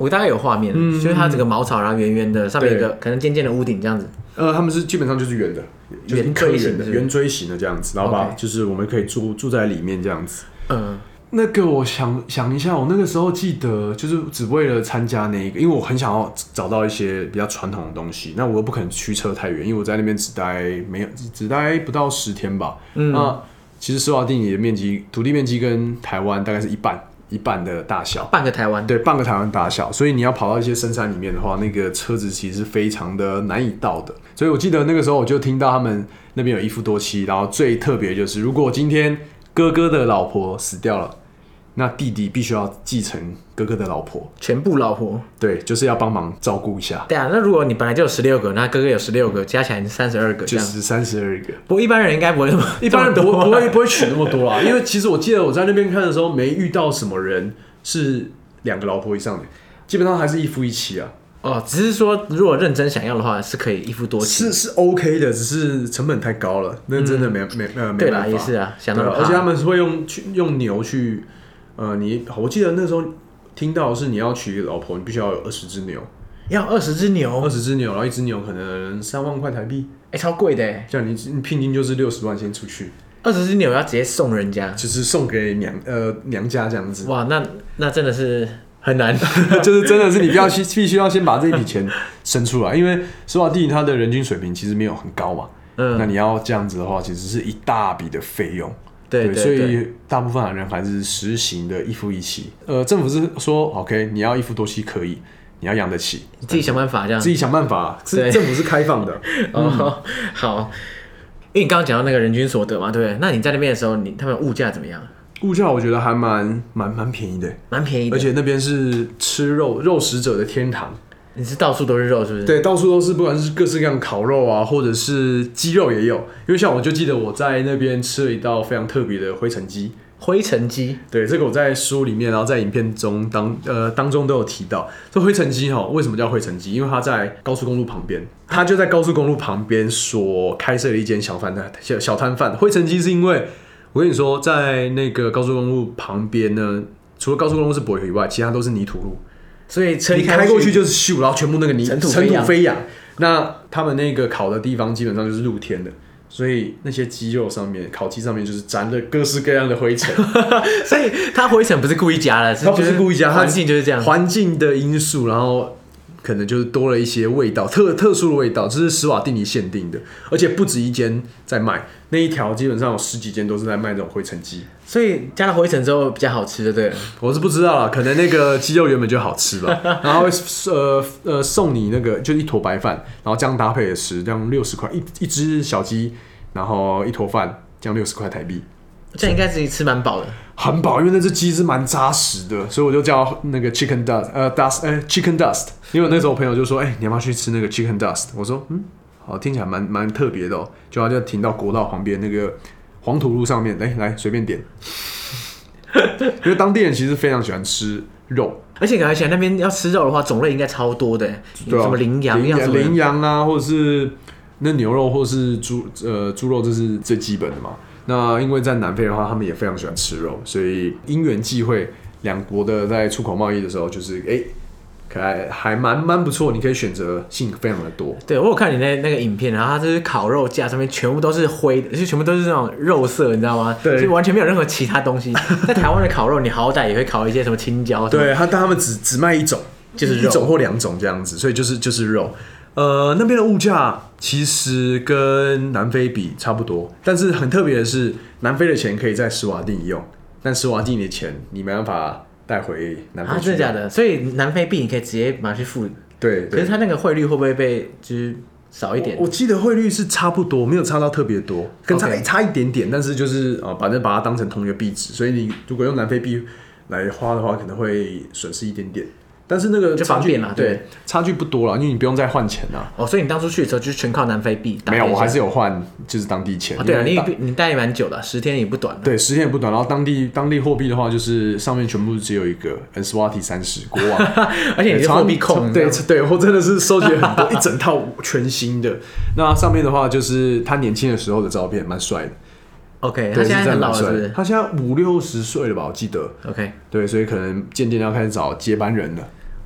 我大概有画面，嗯、就是它整个茅草，然后圆圆的，上面有一个可能尖尖的屋顶这样子。 呃，他们是基本上就是圆的，就是圆锥形的圆锥形的这样子，然后把、okay. 就是我们可以住住在里面这样子。嗯。那个我想想一下，我那个时候记得就是只为了参加那个，因为我很想要找到一些比较传统的东西，那我又不可能驱车太远，因为我在那边只待没有只待不到十天吧。嗯，那其实施瓦蒂尼的面积土地面积跟台湾大概是一半一半的大小， 半个台湾， 对，半个台湾大小，所以你要跑到一些深山里面的话，那个车子其实是非常的难以到的。所以我记得那个时候我就听到他们那边有一夫多妻，然后最特别就是，如果今天哥哥的老婆死掉了。那弟弟必须要继承哥哥的老婆， 全部老婆， 对，就是要帮忙照顾一下。 对啊，那如果你本来就有十六个，那哥哥有十六个，加起来三十二个， 就是三十二个。 不过一般人应该不会那么， 一般人不不会不会娶那么多啦，因为其实我记得我在那边看的时候，没遇到什么人是两个老婆以上的，基本上还是一夫一妻啊。 哦，只是说如果认真想要的话，是可以一夫多妻， 是是 OK 的，只是成本太高了，那真的没、嗯、没呃没办法。 对啦，也是啊，想到了， 而且他们会用去用牛去。呃，你我记得那时候听到的是你要娶老婆，你必须要有二十只牛， 要二十只牛， 二十只牛，然后一只牛可能三万块台币， 哎、欸，超贵的哎！ 这样你你聘金就是六十万先出去， 二十只牛要直接送人家， 就是送给娘呃娘家这样子。 哇，那那真的是很难， 就是真的是你必要必须要先把这笔钱生出来，因为施瓦蒂尼它的人均水平其实没有很高嘛，嗯，那你要这样子的话，其实是一大笔的费用。 对, 对, 对， 所以大部分的人还是实行的一夫一妻。呃，政府是说 ，OK， 你要一夫多妻可以，你要养得起， 你自己想办法这样。 自己想办法，政府是开放的。 哦、嗯，好，因为你刚刚讲到那个人均所得嘛，对不对？那你在那边的时候，你他们物价怎么样？ 物价我觉得还蛮蛮蛮便宜的， 蛮便宜的， 而且那边是吃肉肉食者的天堂。 你是到处都是肉，是不是？ 对，到处都是，不管是各式各样的烤肉啊，或者是鸡肉也有。因为像我就记得我在那边吃了一道非常特别的灰尘鸡。 灰尘鸡， 对，这个我在书里面，然后在影片中当呃当中都有提到。这灰尘鸡哈，为什么叫灰尘鸡？因为它在高速公路旁边，它就在高速公路旁边所开设了一间小贩的小小摊贩。灰尘鸡是因为我跟你说，在那个高速公路旁边呢，除了高速公路是柏油以外，其他都是泥土路。 所以车一开过去就是咻，然后全部那个泥尘土飞扬。那他们那个烤的地方基本上就是露天的，所以那些鸡肉上面、烤鸡上面就是沾了各式各样的灰尘。 所以它灰尘不是故意加的， 它不是故意加， 环境就是这样， 环境的因素，然后可能就是多了一些味道，特特殊的味道，这是施瓦蒂尼限定的，而且不止一间在卖，那一条基本上有十几间都是在卖这种灰尘鸡。 所以加了灰尘之后比较好吃，对不对？ 我是不知道啦，可能那个鸡肉原本就好吃吧，然后呃呃送你那个就一坨白饭，然后这样搭配着吃，这样六十块一一只小鸡，然后一坨饭，这样六十块台币。 这样应该自己吃蛮饱的， 很饱，因为那只鸡是蛮扎实的，所以我就叫那个 chicken dust， 呃 dust， 呃 chicken dust。因为那时候我朋友就说，哎、欸，你要不要去吃那个 chicken dust？ 我说，嗯，好，听起来蛮蛮特别的哦。就他就停到国道旁边那个黄土路上面，来来随便点。因为当地人其实非常喜欢吃肉， 而且而且那边要吃肉的话，种类应该超多的， 对啊， 什么羚羊、 羚羊啊，或者是那牛肉，或者是猪呃猪肉，这是最基本的嘛。那因为在南非的话，他们也非常喜欢吃肉，所以因缘际会，两国的在出口贸易的时候，就是哎、欸，可还还蛮蛮不错，你可以选择性非常的多。 对，我有看你那那个影片，然后它就是烤肉架上面全部都是灰的，就全部都是那种肉色，你知道吗？ 对， 就完全没有任何其他东西。在台湾的烤肉，你好歹也会烤一些什么青椒。 对，他但他们只只卖一种， 就是肉一种或两种这样子，所以就是就是肉。呃，那边的物价其实跟南非比差不多，但是很特别的是，南非的钱可以在施瓦蒂尼用，但施瓦蒂尼的钱你没办法带回南非去。 啊，真的假的？所以南非币你可以直接拿去付。 对， 可是它那个汇率会不会被就是少一点？ 我, 我记得汇率是差不多，没有差到特别多，跟差、okay. 差一点点，但是就是啊，反正把它当成同一个币值，所以你如果用南非币来花的话，可能会损失一点点。但是那个就方便啦， 对，差距不多啦，因为你不用再换钱啦。 哦，所以你当初去的时候就是全靠南非币。 没有，我还是有换，就是当地钱。 哦，对了，你你待也蛮久的，十天也不短了。 对，十天也不短。然后当地当地货币的话，就是上面全部只有一个 Nswati 三十国王， 而且你是货币控， 对对，我真的是收集了很多一整套全新的。那上面的话就是他年轻的时候的照片，蛮帅的。 OK， 他现在很老了是不是？ 他现在五六十岁了吧，我记得。 OK， 对，所以可能渐渐要开始找接班人了。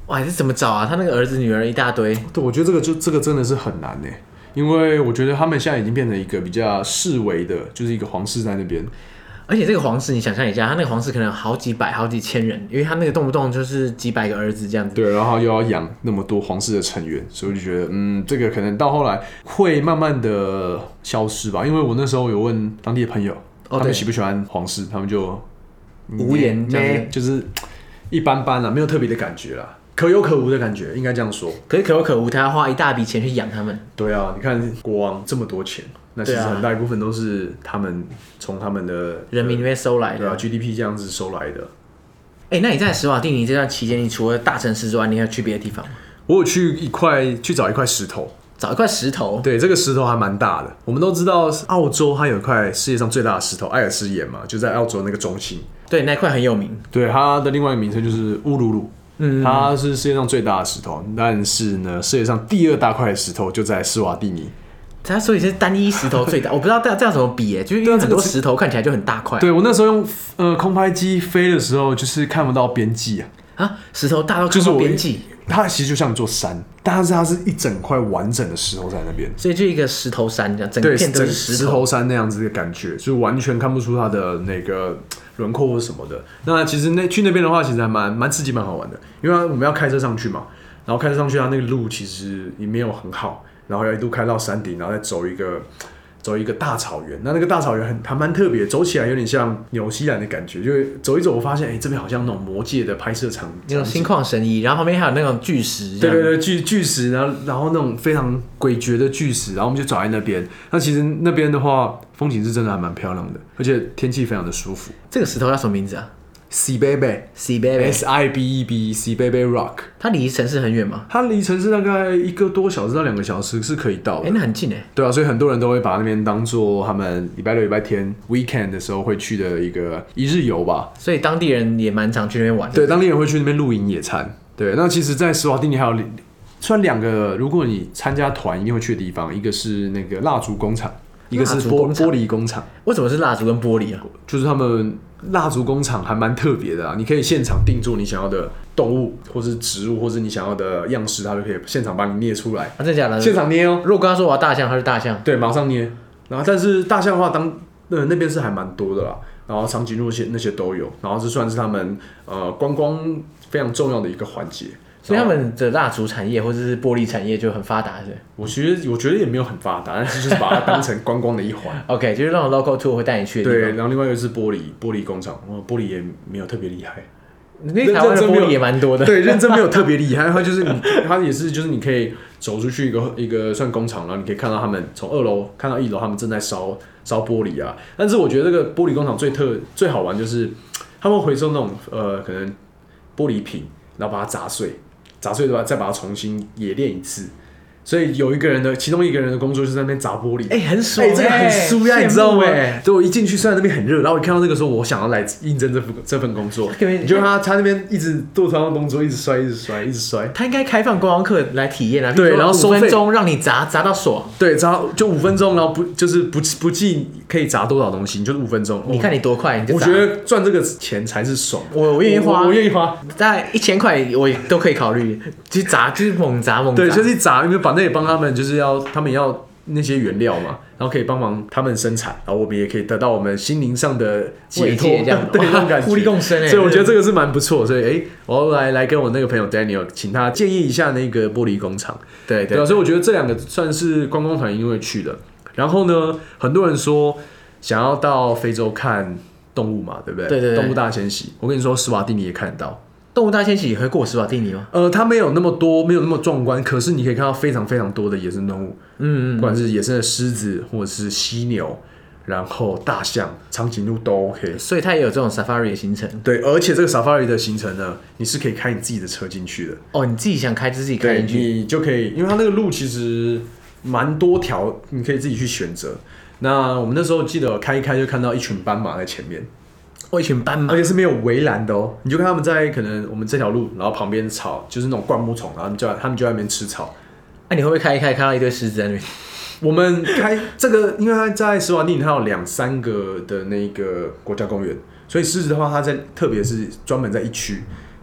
哇，这怎么找啊？他那个儿子女儿一大堆。 对，我觉得这个就这个真的是很难呢，因为我觉得他们现在已经变成一个比较世微的，就是一个皇室在那边。 而且这个皇室，你想象一下，他那个皇室可能有好几百、好几千人，因为他那个动不动就是几百个儿子这样子。 对，然后又要养那么多皇室的成员，所以我就觉得，嗯，这个可能到后来会慢慢的消失吧。因为我那时候有问当地的朋友， 哦、 他们喜不喜欢皇室，他们就无言这样子， 就是一般般啦，没有特别的感觉啦。可有可无的感觉，应该这样说。 可是可有可无，他要花一大笔钱去养他们。 对啊，你看国王这么多钱，那其实很大一部分都是他们从他们的人民里面收来的， 对啊 ，G D P 这样子收来的。 哎、欸，那你在史瓦蒂尼这段期间，你除了大城市之外，你还有去别的地方吗？ 我有去一块去找一块石头， 找一块石头。 对，这个石头还蛮大的。我们都知道，澳洲它有一块世界上最大的石头——艾尔斯岩嘛，就在澳洲那个中心。 对，那块很有名。 对，它的另外一个名称就是乌鲁鲁。嗯，它是世界上最大的石头，但是呢，世界上第二大块的石头就在史瓦蒂尼。 它所以是单一石头最大，我不知道这样这样怎么比耶，就是因为很多石头看起来就很大块。 对，我那时候用呃空拍机飞的时候，就是看不到边际啊。 啊，石头大到看不到边际， 它其实就像一座山，但是它是一整块完整的石头在那边， 所以就一个石头山这样，整片都是石头。 石头山那样子的感觉，就完全看不出它的那个轮廓或什么的。那其实那去那边的话，其实还蛮蛮刺激、蛮好玩的，因为我们要开车上去嘛，然后开车上去，它那个路其实也没有很好，然后要一路开到山顶，然后再走一个。走一个大草原，那那个大草原很还蛮特别，走起来有点像纽西兰的感觉，就是走一走，我发现哎、欸，这边好像那种魔界的拍摄场， 那种心旷神怡，然后旁边还有那种巨石， 对对对，巨巨石，然后然后那种非常诡谲的巨石，然后我们就走在那边。那其实那边的话，风景是真的还蛮漂亮的，而且天气非常的舒服。 这个石头叫什么名字啊 ？Sea Baby Sea Baby S I B E B Sea Baby Rock。它离城市很远吗？ 它离城市大概一个多小时到两个小时是可以到的。 哎、欸，那很近哎。 对啊，所以很多人都会把那边当做他们礼拜六、礼拜天 weekend 的时候会去的一个一日游吧。 所以当地人也蛮常去那边玩的。 对，当地人会去那边露营野餐。对，那其实，在史瓦蒂尼还有虽然两个，如果你参加团一定会去的地方，一个是那个蜡烛工厂。一个是玻玻璃工厂， 为什么是蜡烛跟玻璃啊？ 就是他们蜡烛工厂还蛮特别的啊，你可以现场定做你想要的动物，或是植物，或是你想要的样式，它就可以现场帮你捏出来。 啊，真的假的？ 现场捏哦。 如果跟他说我要大象，他是大象， 对，马上捏。然后，但是大象的话，当呃那边是还蛮多的啦，然后长颈鹿那些都有，然后这算是他们呃观光非常重要的一个环节。 所以他们的蜡烛产业或者是玻璃产业就很发达，是？ 我觉得我觉得也没有很发达，但是就是把它当成观光的一环。 OK， 就是那种 local tour 会带你去的地方。 对，然后另外一个是玻璃玻璃工厂，玻璃也没有特别厉害。 那台湾的玻璃也蛮多的。 对，认真没有特别厉害，它就是你，它也是就是你可以走出去一个一个算工厂，然后你可以看到他们从二楼看到一楼，他们正在烧烧玻璃啊。但是我觉得这个玻璃工厂最特最好玩就是他们回收那种呃可能玻璃瓶，然后把它砸碎。砸碎的话，再把它重新冶炼一次。所以有一个人的，其中一个人的工作就是在那边砸玻璃， 哎、欸，很爽、欸， 哎、欸，这个很舒压，你知道吗？ 哎， 对，我一进去，虽然那边很热，然后我看到那个时候，我想要来应征这份这份工作，你就他他那边一直做同样的动作，一直摔，一直摔，一直摔。 他应该开放观光客来体验啊， 对，然后收五分钟让你砸砸到爽， 对，砸就五分钟，然后不就是不不计可以砸多少东西，你就是五分钟， 你看你多快，你就砸。 我觉得赚这个钱才是爽， 我我愿意花， 我愿意花， 大概一千块我也都可以考虑，去砸就是猛砸猛砸， 对，就是砸，因为反正也帮他们就是。要他们要那些原料嘛，然后可以帮忙他们生产，然后我们也可以得到我们心灵上的解脱， 这样对，那种感觉， 互利共生哎。 所以我觉得这个是蛮不错，所以哎、欸，我要来来跟我那个朋友 Daniel， 请他建议一下那个玻璃工厂， 对 对, 对，所以我觉得这两个算是观光团因为去的。然后呢，很多人说想要到非洲看动物嘛，对不对？ 对对对， 动物大迁徙，我跟你说，史瓦蒂尼也看得到。 动物大迁徙也会过史瓦蒂尼吗？ 呃，它没有那么多，没有那么壮观，可是你可以看到非常非常多的野生动物，嗯嗯，不管是野生的狮子或者是犀牛，然后大象、长颈鹿都 OK， 所以它也有这种 safari 的行程。 对，而且这个 safari 的行程呢，你是可以开你自己的车进去的。 哦，你自己想开就自己开进去， 你就可以，因为它那个路其实蛮多条，你可以自己去选择。那我们那时候记得开一开就看到一群斑马在前面。 一群斑马， 而且是没有围栏的哦，你就看他们在可能我们这条路，然后旁边草就是那种灌木丛，然后他们就他们就在那边吃草。 那、啊、你会不会开一开看到一堆狮子在那边？ 我们开这个，因为它在史瓦蒂尼，它有两三个的那个国家公园，所以狮子的话，它在特别是专门在一区，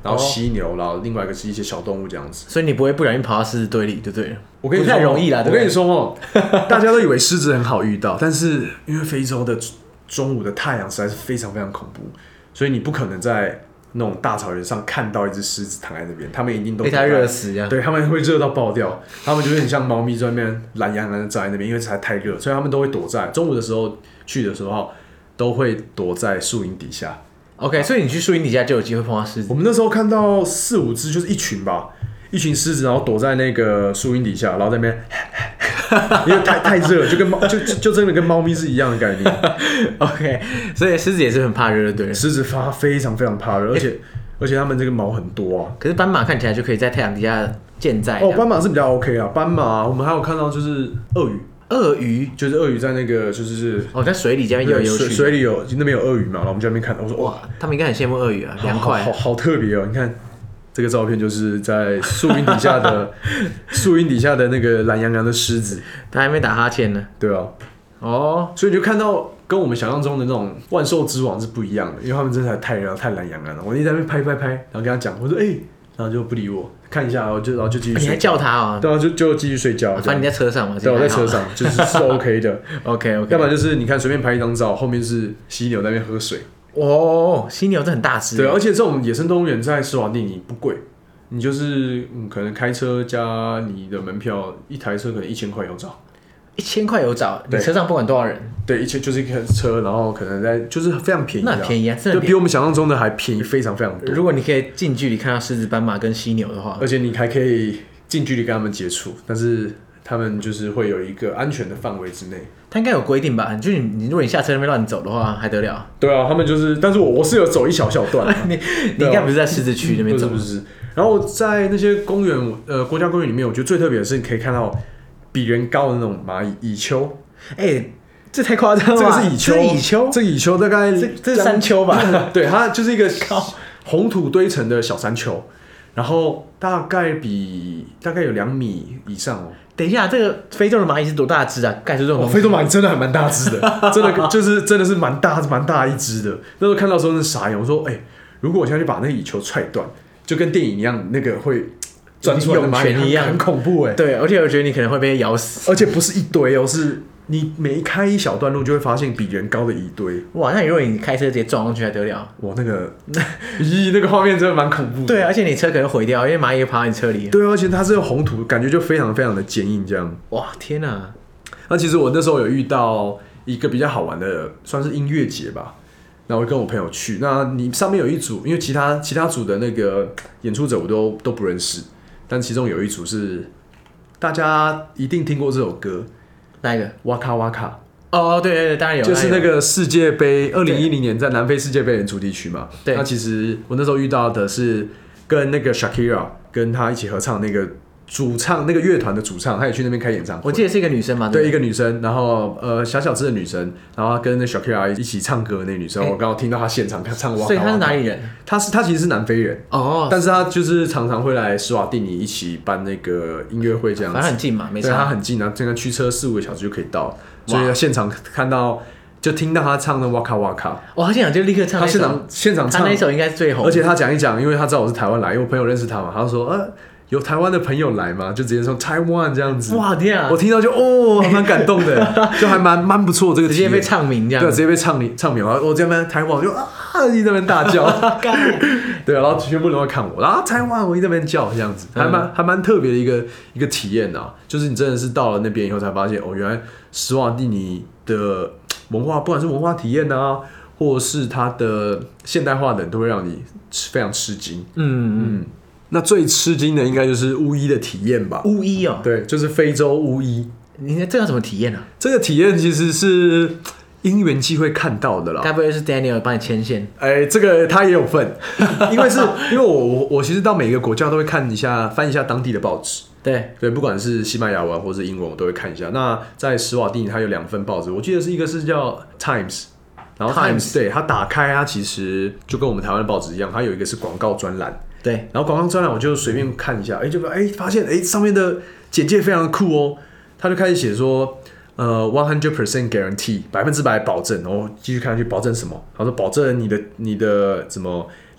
然后犀牛，然后另外一个是一些小动物这样子。 所以你不会不小心跑到狮子堆里就对了。 我跟你说不太容易啦。 我跟你说哦，大家都以为狮子很好遇到，但是因为非洲的中午的太阳实在是非常非常恐怖，所以你不可能在那种大草原上看到一只狮子躺在那边，他们一定都被它热死呀。 对，他们会热到爆掉，他们就有点像猫咪在那边懒洋洋的站在那边，因为实在太热，所以他们都会躲在中午的时候去的时候都会躲在树荫底下。 OK， 所以你去树荫底下就有机会碰到狮子。 我们那时候看到四五只，就是一群吧，一群狮子，然后躲在那个树荫底下，然后在那边，因为太太热了，就跟猫就就就真的跟猫咪是一样的概念。 OK， 所以狮子也是很怕热，对。 狮子发非常非常怕热，而且、欸、而且它们这个毛很多啊。 可是斑马看起来就可以在太阳底下健在。 哦，斑马是比较 OK 啊，斑马我们还有看到就是鳄鱼。 鳄鱼就是鳄鱼在那个就是哦，在水里这边游游去， 水里有那边有鳄鱼嘛，然后我们在那边看，我说哇， 他们应该很羡慕鳄鱼啊，凉快， 好好好特别哦！你看这个照片，就是在树荫底下的树荫底下的那个懒洋洋的狮子， 他还没打哈欠呢。 对啊，哦，所以你就看到跟我们想象中的那种万兽之王是不一样的，因为他们真的太热太懒洋洋了。我一直在那边拍拍拍，然后跟他讲，我说哎、欸，然后就不理我。看一下，然后就然后就继续睡。 你还叫他啊？ 对啊，就就继续睡觉。 反正你在车上嘛。 对，我在车上，就是是 OK 的。 OK OK。 要不然就是你看随便拍一张照，后面是犀牛在那边喝水。 哦，犀牛这很大只。 对，而且这种野生动物园在施瓦蒂尼不贵，你就是嗯可能开车加你的门票，一台车可能一千块有找。 一千块有找，你车上不管多少人。 对，一千就是一个车，然后可能在就是非常便宜。 那很便宜啊，真的就比我们想象中的还便宜非常非常多。 如果你可以近距离看到狮子、斑马跟犀牛的话， 而且你还可以近距离跟他们接触，但是他们就是会有一个安全的范围之内。 他应该有规定吧？就是你，如果你下车那边乱走的话，还得了？ 对啊，他们就是，但是我我是有走一小小段、啊。 你你应该不是在狮子区那边走、 嗯，不是不是。然后在那些公园，呃，国家公园里面，我觉得最特别的是，你可以看到比人高的那种蚂蚁蚁丘。 哎、欸，这太夸张了吧！ 这个是蚁丘， 这蚁丘， 这蚁丘大概这这是山丘吧？ 对，它就是一个红土堆成的小山丘，然后大概比大概有两米以上哦。 等一下，这个非洲的蚂蚁是多大只啊？盖出这种东西、 哦、非洲蚂蚁真的还蛮大只的，真的就是真的是蛮大蛮大一只的。那时候看到的时候是傻眼，我说：“哎、欸，如果我现在去把那个蚁丘踹断，就跟电影一样，那个会。”钻出来的蚂蚁一样，很恐怖哎、欸。 对，而且我觉得你可能会被咬死， 而且不是一堆哦，是你每开一小段路就会发现比人高的一堆。 哇，那你如果你开车直接撞上去还得了？ 哇，那个，咦，那个画面真的蛮恐怖的。 对，而且你车可能毁掉，因为蚂蚁爬到你车里。 对，而且它是用红土，感觉就非常非常的坚硬这样。 哇，天哪、啊！ 那其实我那时候有遇到一个比较好玩的，算是音乐节吧。那我跟我朋友去，那你上面有一组，因为其他其他组的那个演出者我都都不认识。但其中有一组是大家一定听过这首歌， 哪一个？ 哇卡哇卡。 哦，对对对，当然有， 就是那个世界杯，二零一零年在南非世界杯的主题曲嘛。 对。 那其实我那时候遇到的是跟那个 Shakira 跟他一起合唱那个主唱，那个乐团的主唱，他也去那边开演唱会。 我记得是一个女生嘛。 对，一个女生，然后呃小小只的女生，然后跟那 Shakira 一起唱歌的那女生，欸、我刚好听到她现场唱哇卡哇卡。 所以她是哪里人？ 她是她其实是南非人哦， 但是她就是常常会来施瓦蒂尼一起办那个音乐会这样子。 反正很近嘛，没错。 对，她很近啊，这个驱车四五个小时就可以到，所以现场看到就听到她唱的哇卡哇卡。 哇，她现场就立刻唱那首。 她现场现场唱， 她那一首应该是最红。 而且她讲一讲，因为她知道我是台湾来，因为我朋友认识她嘛，她就说呃。有台湾的朋友来嘛，就直接说台湾这样子。 哇天啊！ 我听到就哦，还蛮感动的，就还蛮蛮不错这个体验。 直接被唱名这样。 对，直接被唱名唱名，然后我这边台湾我就啊，一直在那边大叫。对，然后全部人会看我，然后台湾我一直在那边叫这样子，还蛮还蛮特别的一个一个体验啊。就是你真的是到了那边以后才发现，哦，原来施瓦蒂尼的文化，不管是文化体验啊，或是它的现代化等，都会让你非常吃惊。嗯嗯。那最吃惊的应该就是巫医的体验吧？ 巫医哦， 对，就是非洲巫医。 你这要怎么体验啊？ 这个体验其实是因缘际会看到的啦。 该不会是 Daniel 帮你牵线？ 哎、欸，这个他也有份，因为是因为我我我其实到每个国家都会看一下，翻一下当地的报纸。 对对，不管是西班牙文或是英文，我都会看一下。那在施瓦蒂尼，它有两份报纸，我记得是一个是叫 Times。然后 Times, Times 对它打开，它其实就跟我们台湾的报纸一样，它有一个是广告专栏。 对， 然后广告专栏我就随便看一下，哎，就哎发现哎上面的简介非常的酷哦，他就开始写说，呃，one hundred percent guarantee 百分之百保证，然后继续看下去保证什么？他说保证你的你的什么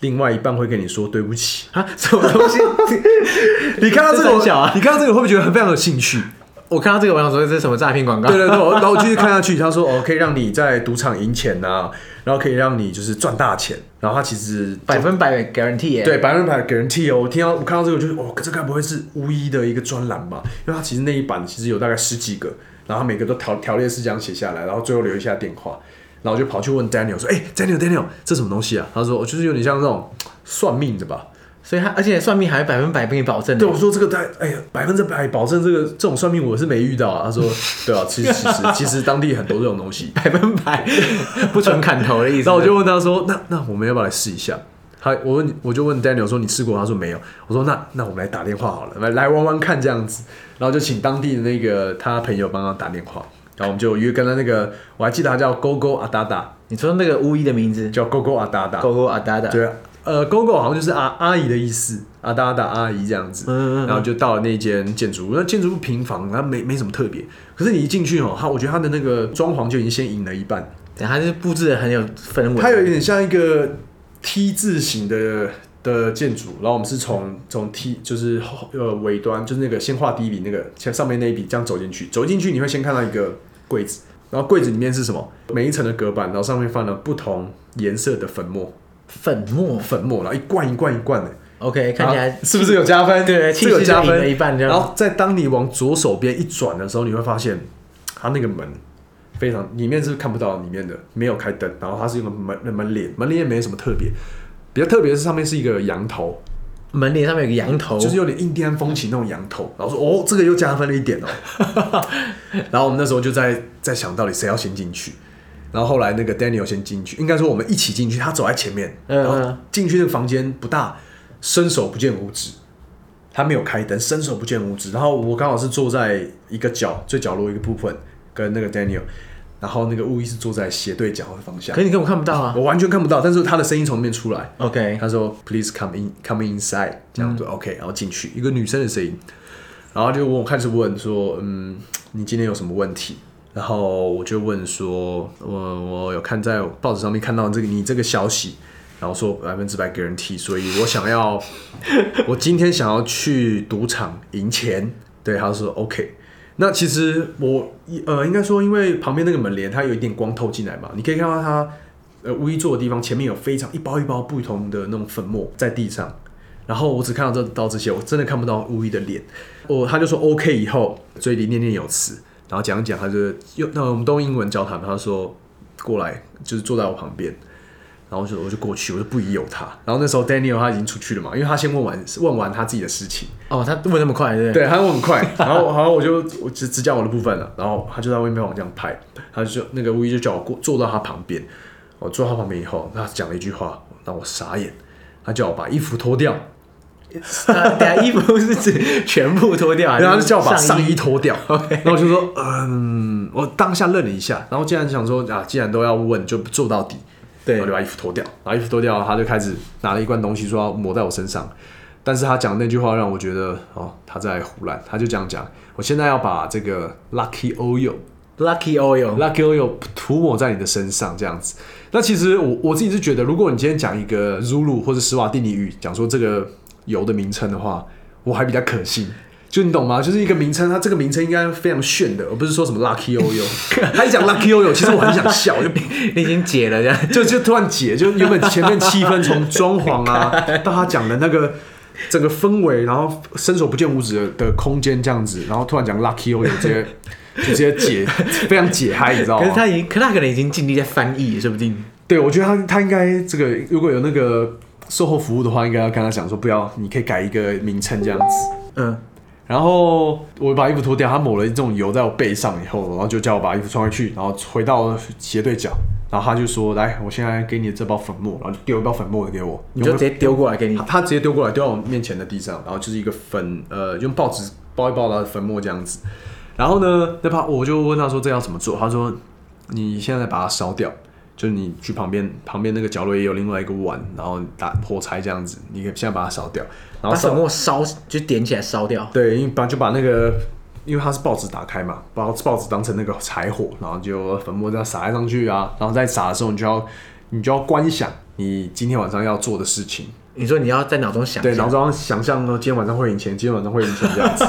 另外一半会跟你说对不起啊，什么东西？ 你看到这个， 这小啊， 你看到这个会不会觉得很非常有兴趣？ 我看到这个，我想说这是什么诈骗广告？ 对对对，然后我继续看下去，他说哦，可以让你在赌场赢钱呐，然后可以让你就是赚大钱，然后他其实百分百 guarantee 耶， 对，百分百 guarantee 哦。我听到我看到这个，就是哦，这该不会是巫医的一个专栏吧？因为他其实那一版其实有大概十几个，然后他每个都条条列式这样写下来，然后最后留一下电话。然后我就跑去问 Daniel 说：“哎、欸、：“Daniel Daniel， 这什么东西啊？”他说：“我就是有点像那种算命的吧。” 所以他而且算命还百分百给你保证。 对，我说这个在哎呀百分之百保证这个这种算命我是没遇到啊。他说：“对啊，其实其实其实当地很多这种东西， 百分百不纯砍头的意思。” 然后我就问他说：“那那我们要不要来试一下？”他我问我就问 Daniel 说：“你试过？”他说：“没有。”我说：“那那我们来打电话好了，来来玩玩看这样子。”然后就请当地的那个他朋友帮他打电话。然后我们就约跟他那个，我还记得他叫 Gogo 阿达达。 你说那个巫医的名字叫 Gogo 阿达达 ，Gogo 阿达达。 对，呃 ，Gogo 好像就是阿阿姨的意思，阿达达阿姨这样子。嗯嗯嗯。然后就到了那间建筑物，那建筑物平房，它没没什么特别。可是你一进去哦，它我觉得它的那个装潢就已经先赢了一半。 对，它是布置的很有氛围。 它有一点像一个 T 字形的。的建筑，然后我们是从从 T 就是呃尾端，就是那个先画第一笔那个上面那一笔这样走进去，走进去你会先看到一个柜子，然后柜子里面是什么？每一层的隔板，然后上面放了不同颜色的粉末， 粉末粉末，然后一罐一罐一罐的。 OK， 看起来是不是有加分？ 对， 这个有加分一半这样。 然后在当你往左手边一转的时候，你会发现它那个门非常里面是看不到里面的，没有开灯，然后它是用门门帘，门帘也没什么特别。比较特别的是上面是一个羊头， 门帘上面有个羊头， 就是有点印第安风情那种羊头。然后说哦，这个又加分了一点哦。然后我们那时候就在在想到底谁要先进去。然后后来那个 Daniel 先进去，应该说我们一起进去，他走在前面。然后进去那个房间不大，伸手不见五指，他没有开灯，伸手不见五指。然后我刚好是坐在一个角最角落一个部分，跟那个 Daniel。然后那个巫医是坐在斜对角的方向， 可是你根本看不到啊， 我完全看不到，但是他的声音从那边出来。 OK， 他说 Please come in, come inside， 这样说、嗯、OK， 然后进去一个女生的声音，然后就问我开始问说，嗯，你今天有什么问题？然后我就问说，我我有看在报纸上面看到这个你这个消息，然后说百分之百 guarantee， 所以我想要，我今天想要去赌场赢钱。对，他说 OK。那其实我呃应该说，因为旁边那个门帘它有一点光透进来嘛，你可以看到它呃巫医坐的地方前面有非常一包一包不同的那种粉末在地上，然后我只看到这到这些，我真的看不到巫医的脸。我他就说 OK 以后嘴里念念有词，然后讲一讲，他就用那我们都用英文交谈，他说过来就是坐在我旁边。然后我就我就过去，我就不疑有他。然后那时候 Daniel 他已经出去了嘛，因为他先问完问完他自己的事情。 哦，他问那么快，对不对？ 对，他问很快。然后然后我就我只只讲我的部分了。然后他就在外面帮我这样拍，他就那个巫医就叫我过坐到他旁边。我坐到他旁边以后，他讲了一句话，让我傻眼。他叫我把衣服脱掉。 等下衣服是指全部脱掉， 然后他就叫我把上衣脱掉。 Okay. 然后我就说，嗯，我当下愣了一下。然后既然想说啊，既然都要问，就做到底。对，我就把衣服脱掉，然后衣服脱掉，他就开始拿了一罐东西说要抹在我身上，但是他讲那句话让我觉得哦，他在胡乱，他就这样讲，我现在要把这个 Lucky Oil，Lucky Oil，Lucky Oil 涂抹在你的身上这样子。那其实我我自己是觉得，如果你今天讲一个 Zulu 或者斯瓦蒂尼语，讲说这个油的名称的话，我还比较可信。就你懂吗？就是一个名称，它这个名称应该非常炫的，而不是说什么 Lucky Oil。他一讲 Lucky Oil， 其实我很想笑，就你已经解了这样， 就就突然解，就原本前面气氛从装潢啊到他讲的那个整个氛围，然后伸手不见五指 的, 的空间这样子，然后突然讲 Lucky Oil， 直接就直接解，非常解嗨，你知道吗？ 可是他已经，可他可能已经尽力在翻译，说不定。 对，我觉得他他应该这个如果有那个售后服务的话，应该要跟他讲说，不要，你可以改一个名称这样子。嗯。然后我把衣服脱掉，他抹了这种油在我背上以后，然后就叫我把衣服穿回去，然后回到斜对角，然后他就说：“来，我现在给你这包粉末。”然后就丢一包粉末给我， 你就直接丢过来给你。 他直接丢过来，丢到我面前的地上，然后就是一个粉，呃，用报纸包一包的粉末这样子。然后呢，那把我就问他说：“这要怎么做？”他说：“你现在把它烧掉。”就是你去旁边旁边那个角落也有另外一个碗，然后打火柴这样子，你可以现在把它烧掉，然后把粉末烧就点起来烧掉。 对，因为把就把那个，因为它是报纸打开嘛，把报纸当成那个柴火，然后就粉末这样撒上去啊，然后再撒的时候你就要你就要观想你今天晚上要做的事情。 你说你要在脑中想， 对，脑中想象呢，今天晚上会赢钱，今天晚上会赢钱这样子。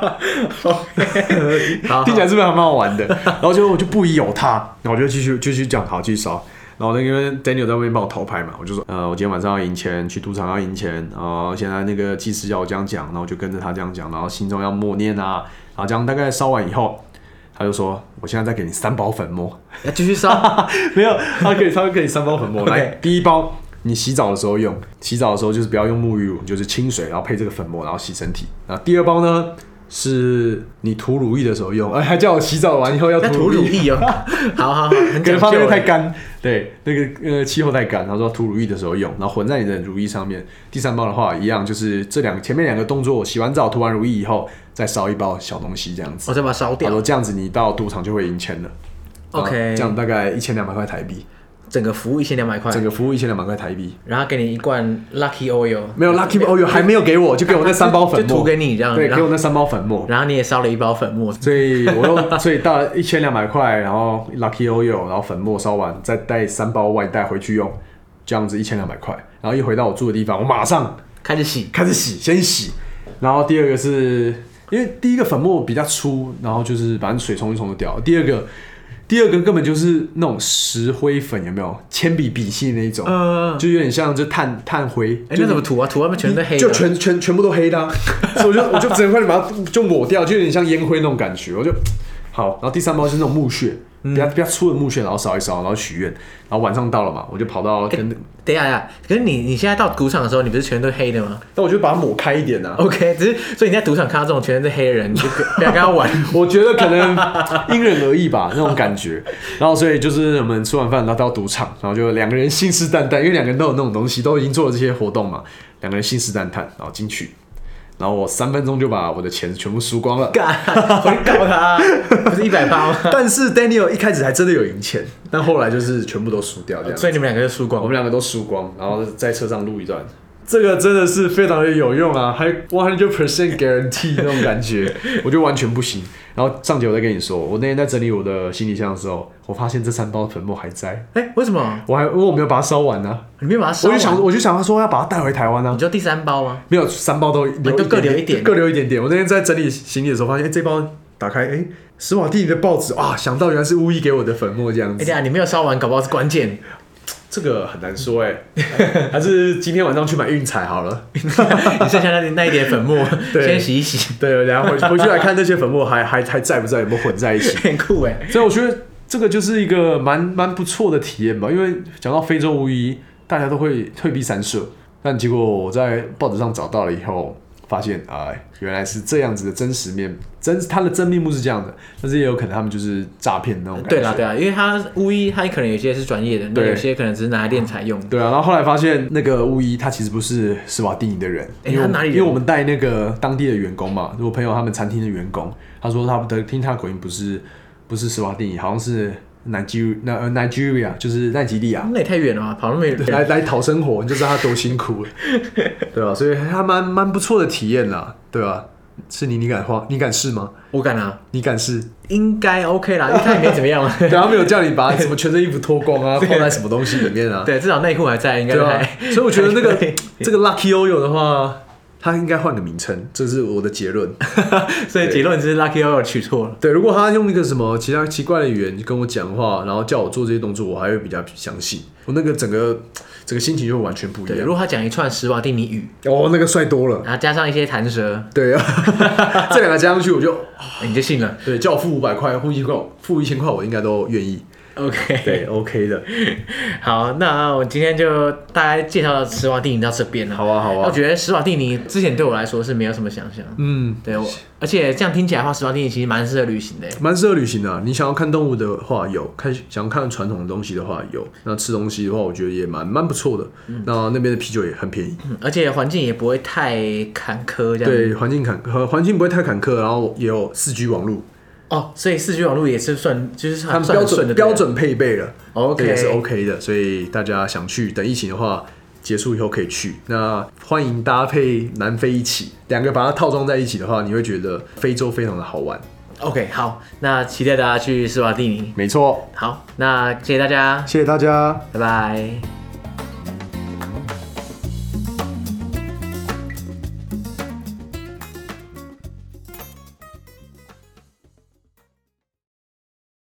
好， 听起来是不是还蛮好玩的？然后就我就不疑有他，然后我就继续继续讲，好，继续烧。然后那个 Daniel 在外面帮我偷拍嘛，我就说，呃，我今天晚上要赢钱，去赌场要赢钱，然后现在那个技师要我这样讲，然后我就跟着他这样讲，然后心中要默念啊，然后这样大概烧完以后，他就说，我现在再给你三包粉末， 要继续烧， 没有，他可以，他会给你三包粉末，来，第一包你洗澡的时候用，洗澡的时候就是不要用沐浴乳，就是清水，然后配这个粉末，然后洗身体。然后第二包呢？是你涂乳液的时候用，哎，还叫我洗澡完以后要涂乳液哦。好好好，很可能方面太干，对，那个呃气候太干，他说涂乳液的时候用，然后混在你的乳液上面。第三包的话一样，就是这两前面两个动作，洗完澡涂完乳液以后，再烧一包小东西这样子， 我再把它烧掉。 他说这样子你到赌场就会赢钱了。 OK， 这样大概一千两百块台币。 整个服务一千两百块， 整个服务一千两百块台币， 然后给你一罐 Lucky Oil， 没有 Lucky Oil 还没有给我，就给我那三包粉末， 就涂给你这样， 对，给我那三包粉末， 然后你也烧了一包粉末， 所以我用，所以到了一千两百块，然后 Lucky Oil， 然后粉末烧完，再带三包外带回去用，这样子一千两百块，然后一回到我住的地方，我马上开始洗， 开始洗，先洗，然后第二个是因为第一个粉末比较粗，然后就是反正水冲一冲就掉了，第二个。第二个根本就是那种石灰粉，有没有？铅笔笔芯那一种，嗯，就有点像就炭炭灰。 哎、欸，那怎么涂啊？涂外面全是黑的， 就全全全部都黑的、啊，所以我就我就整块把它就抹掉，就有点像烟灰那种感觉。我就好，然后第三包是那种木屑，比较比较粗的木屑，然后烧一烧，然后许愿，然后晚上到了嘛，我就跑到跟、欸、 等一下呀，可是你你现在到赌场的时候，你不是全都黑的吗？ 那我就把它抹开一点啊。 OK， 只是所以你在赌场看到这种全是黑的人，你就不要跟他玩。 我觉得可能因人而异吧，那种感觉。然后所以就是我们吃完饭，然后到赌场，然后就两个人信誓旦旦，因为两个人都有那种东西，都已经做了这些活动嘛，两个人信誓旦旦，然后进去。然后我三分钟就把我的钱全部输光了， 干，我去告他，不是一百八吗？ 但是 Daniel 一开始还真的有赢钱，但后来就是全部都输掉这样。 所以你们两个就输光， 我们两个都输光，然后在车上录一段。这个真的是非常的有用啊，还 百分之百 guarantee 那种感觉，我就完全不行。然后上节我再跟你说，我那天在整理我的行李箱的时候，我发现这三包粉末还在。 哎、欸，为什么？ 我还因为我没有把它烧完啊， 你没有把它烧完？ 我就想，我就想他说要把它带回台湾啊。 你就第三包吗？ 没有，三包都留都各留一点， 各留一点点。我那天在整理行李的时候，发现哎、欸，这包打开，哎、欸，史瓦蒂尼的报纸啊，想到原来是巫医给我的粉末这样子。 哎、欸、呀，你没有烧完，搞不好是关键。 这个很难说哎、欸，还是今天晚上去买运彩好了。 你剩下那那一点粉末，先洗一洗。 对，然后回回去来看那些粉末还还还在不在，有没有混在一起？ 很酷哎。 所以我觉得这个就是一个蛮蛮不错的体验吧。因为讲到非洲巫医，大家都会退避三舍，但结果我在报纸上找到了以后，发现哎、呃，原来是这样子的真实面，真他的真面目是这样的，但是也有可能他们就是诈骗那种感觉。 对啦对啦，因为他巫医他可能有些是专业的，那有些可能只是拿来敛财用。 对啊，然后后来发现那个巫医他其实不是史瓦蒂尼的人， 欸、因为他哪里人？ 因为我们带那个当地的员工嘛，我朋友他们餐厅的员工，他说他的听他的口音不是不是史瓦蒂尼，好像是。Nigeria, 呃 Nigeria 就是奈及利亚， 那也太远了吧，跑那么远来来讨生活，你就知道他多辛苦了，对吧、啊？所以还蛮蛮不错的体验啦，对吧、啊？是你你敢花，你敢试吗？ 我敢啊， 你敢试？ 应该 OK 啦，因为他也没怎么样嘛。 对，他没有叫你把什么全身衣服脱光啊，放在什么东西里面啊？ 对，至少内裤还在，应该还、啊。 所以我觉得那个这个 Lucky Oil 的话。他应该换个名称，这是我的结论。 所以结论就是 Lucky Oil 取错了。 对，如果他用一个什么其他奇怪的语言跟我讲话，然后叫我做这些动作，我还会比较相信。我那个整个整个心情就完全不一样。 对，如果他讲一串史瓦蒂尼语， 哦，那个帅多了。 然后加上一些弹舌， 对啊，这两个加上去，我就、哦、 你就信了。 对，叫我付五百块，付一千块，付一千块，我应该都愿意。 OK， 对 ，OK 的。 好，那我今天就大概介绍到史瓦蒂尼到这边了。 好啊，好啊。 我觉得史瓦蒂尼之前对我来说是没有什么想象。嗯，对，我而且这样听起来的话，史瓦蒂尼其实蛮适合旅行的。 蛮适合旅行的、啊。你想要看动物的话有，看想要看传统的东西的话有，那吃东西的话，我觉得也蛮蛮不错的。嗯、那那边的啤酒也很便宜， 嗯、而且环境也不会太坎坷，这样。 对，环境坎环境不会太坎坷，然后也有四 G 网路。 哦，所以四 G 网络也是算，就是他们标准标准配备了 ，OK 也是 OK 的，所以大家想去等疫情的话结束以后可以去。那欢迎搭配南非一起，两个把它套装在一起的话，你会觉得非洲非常的好玩。 OK， 好，那期待大家去斯瓦蒂尼。 没错， 好，那谢谢大家， 谢谢大家。 拜拜。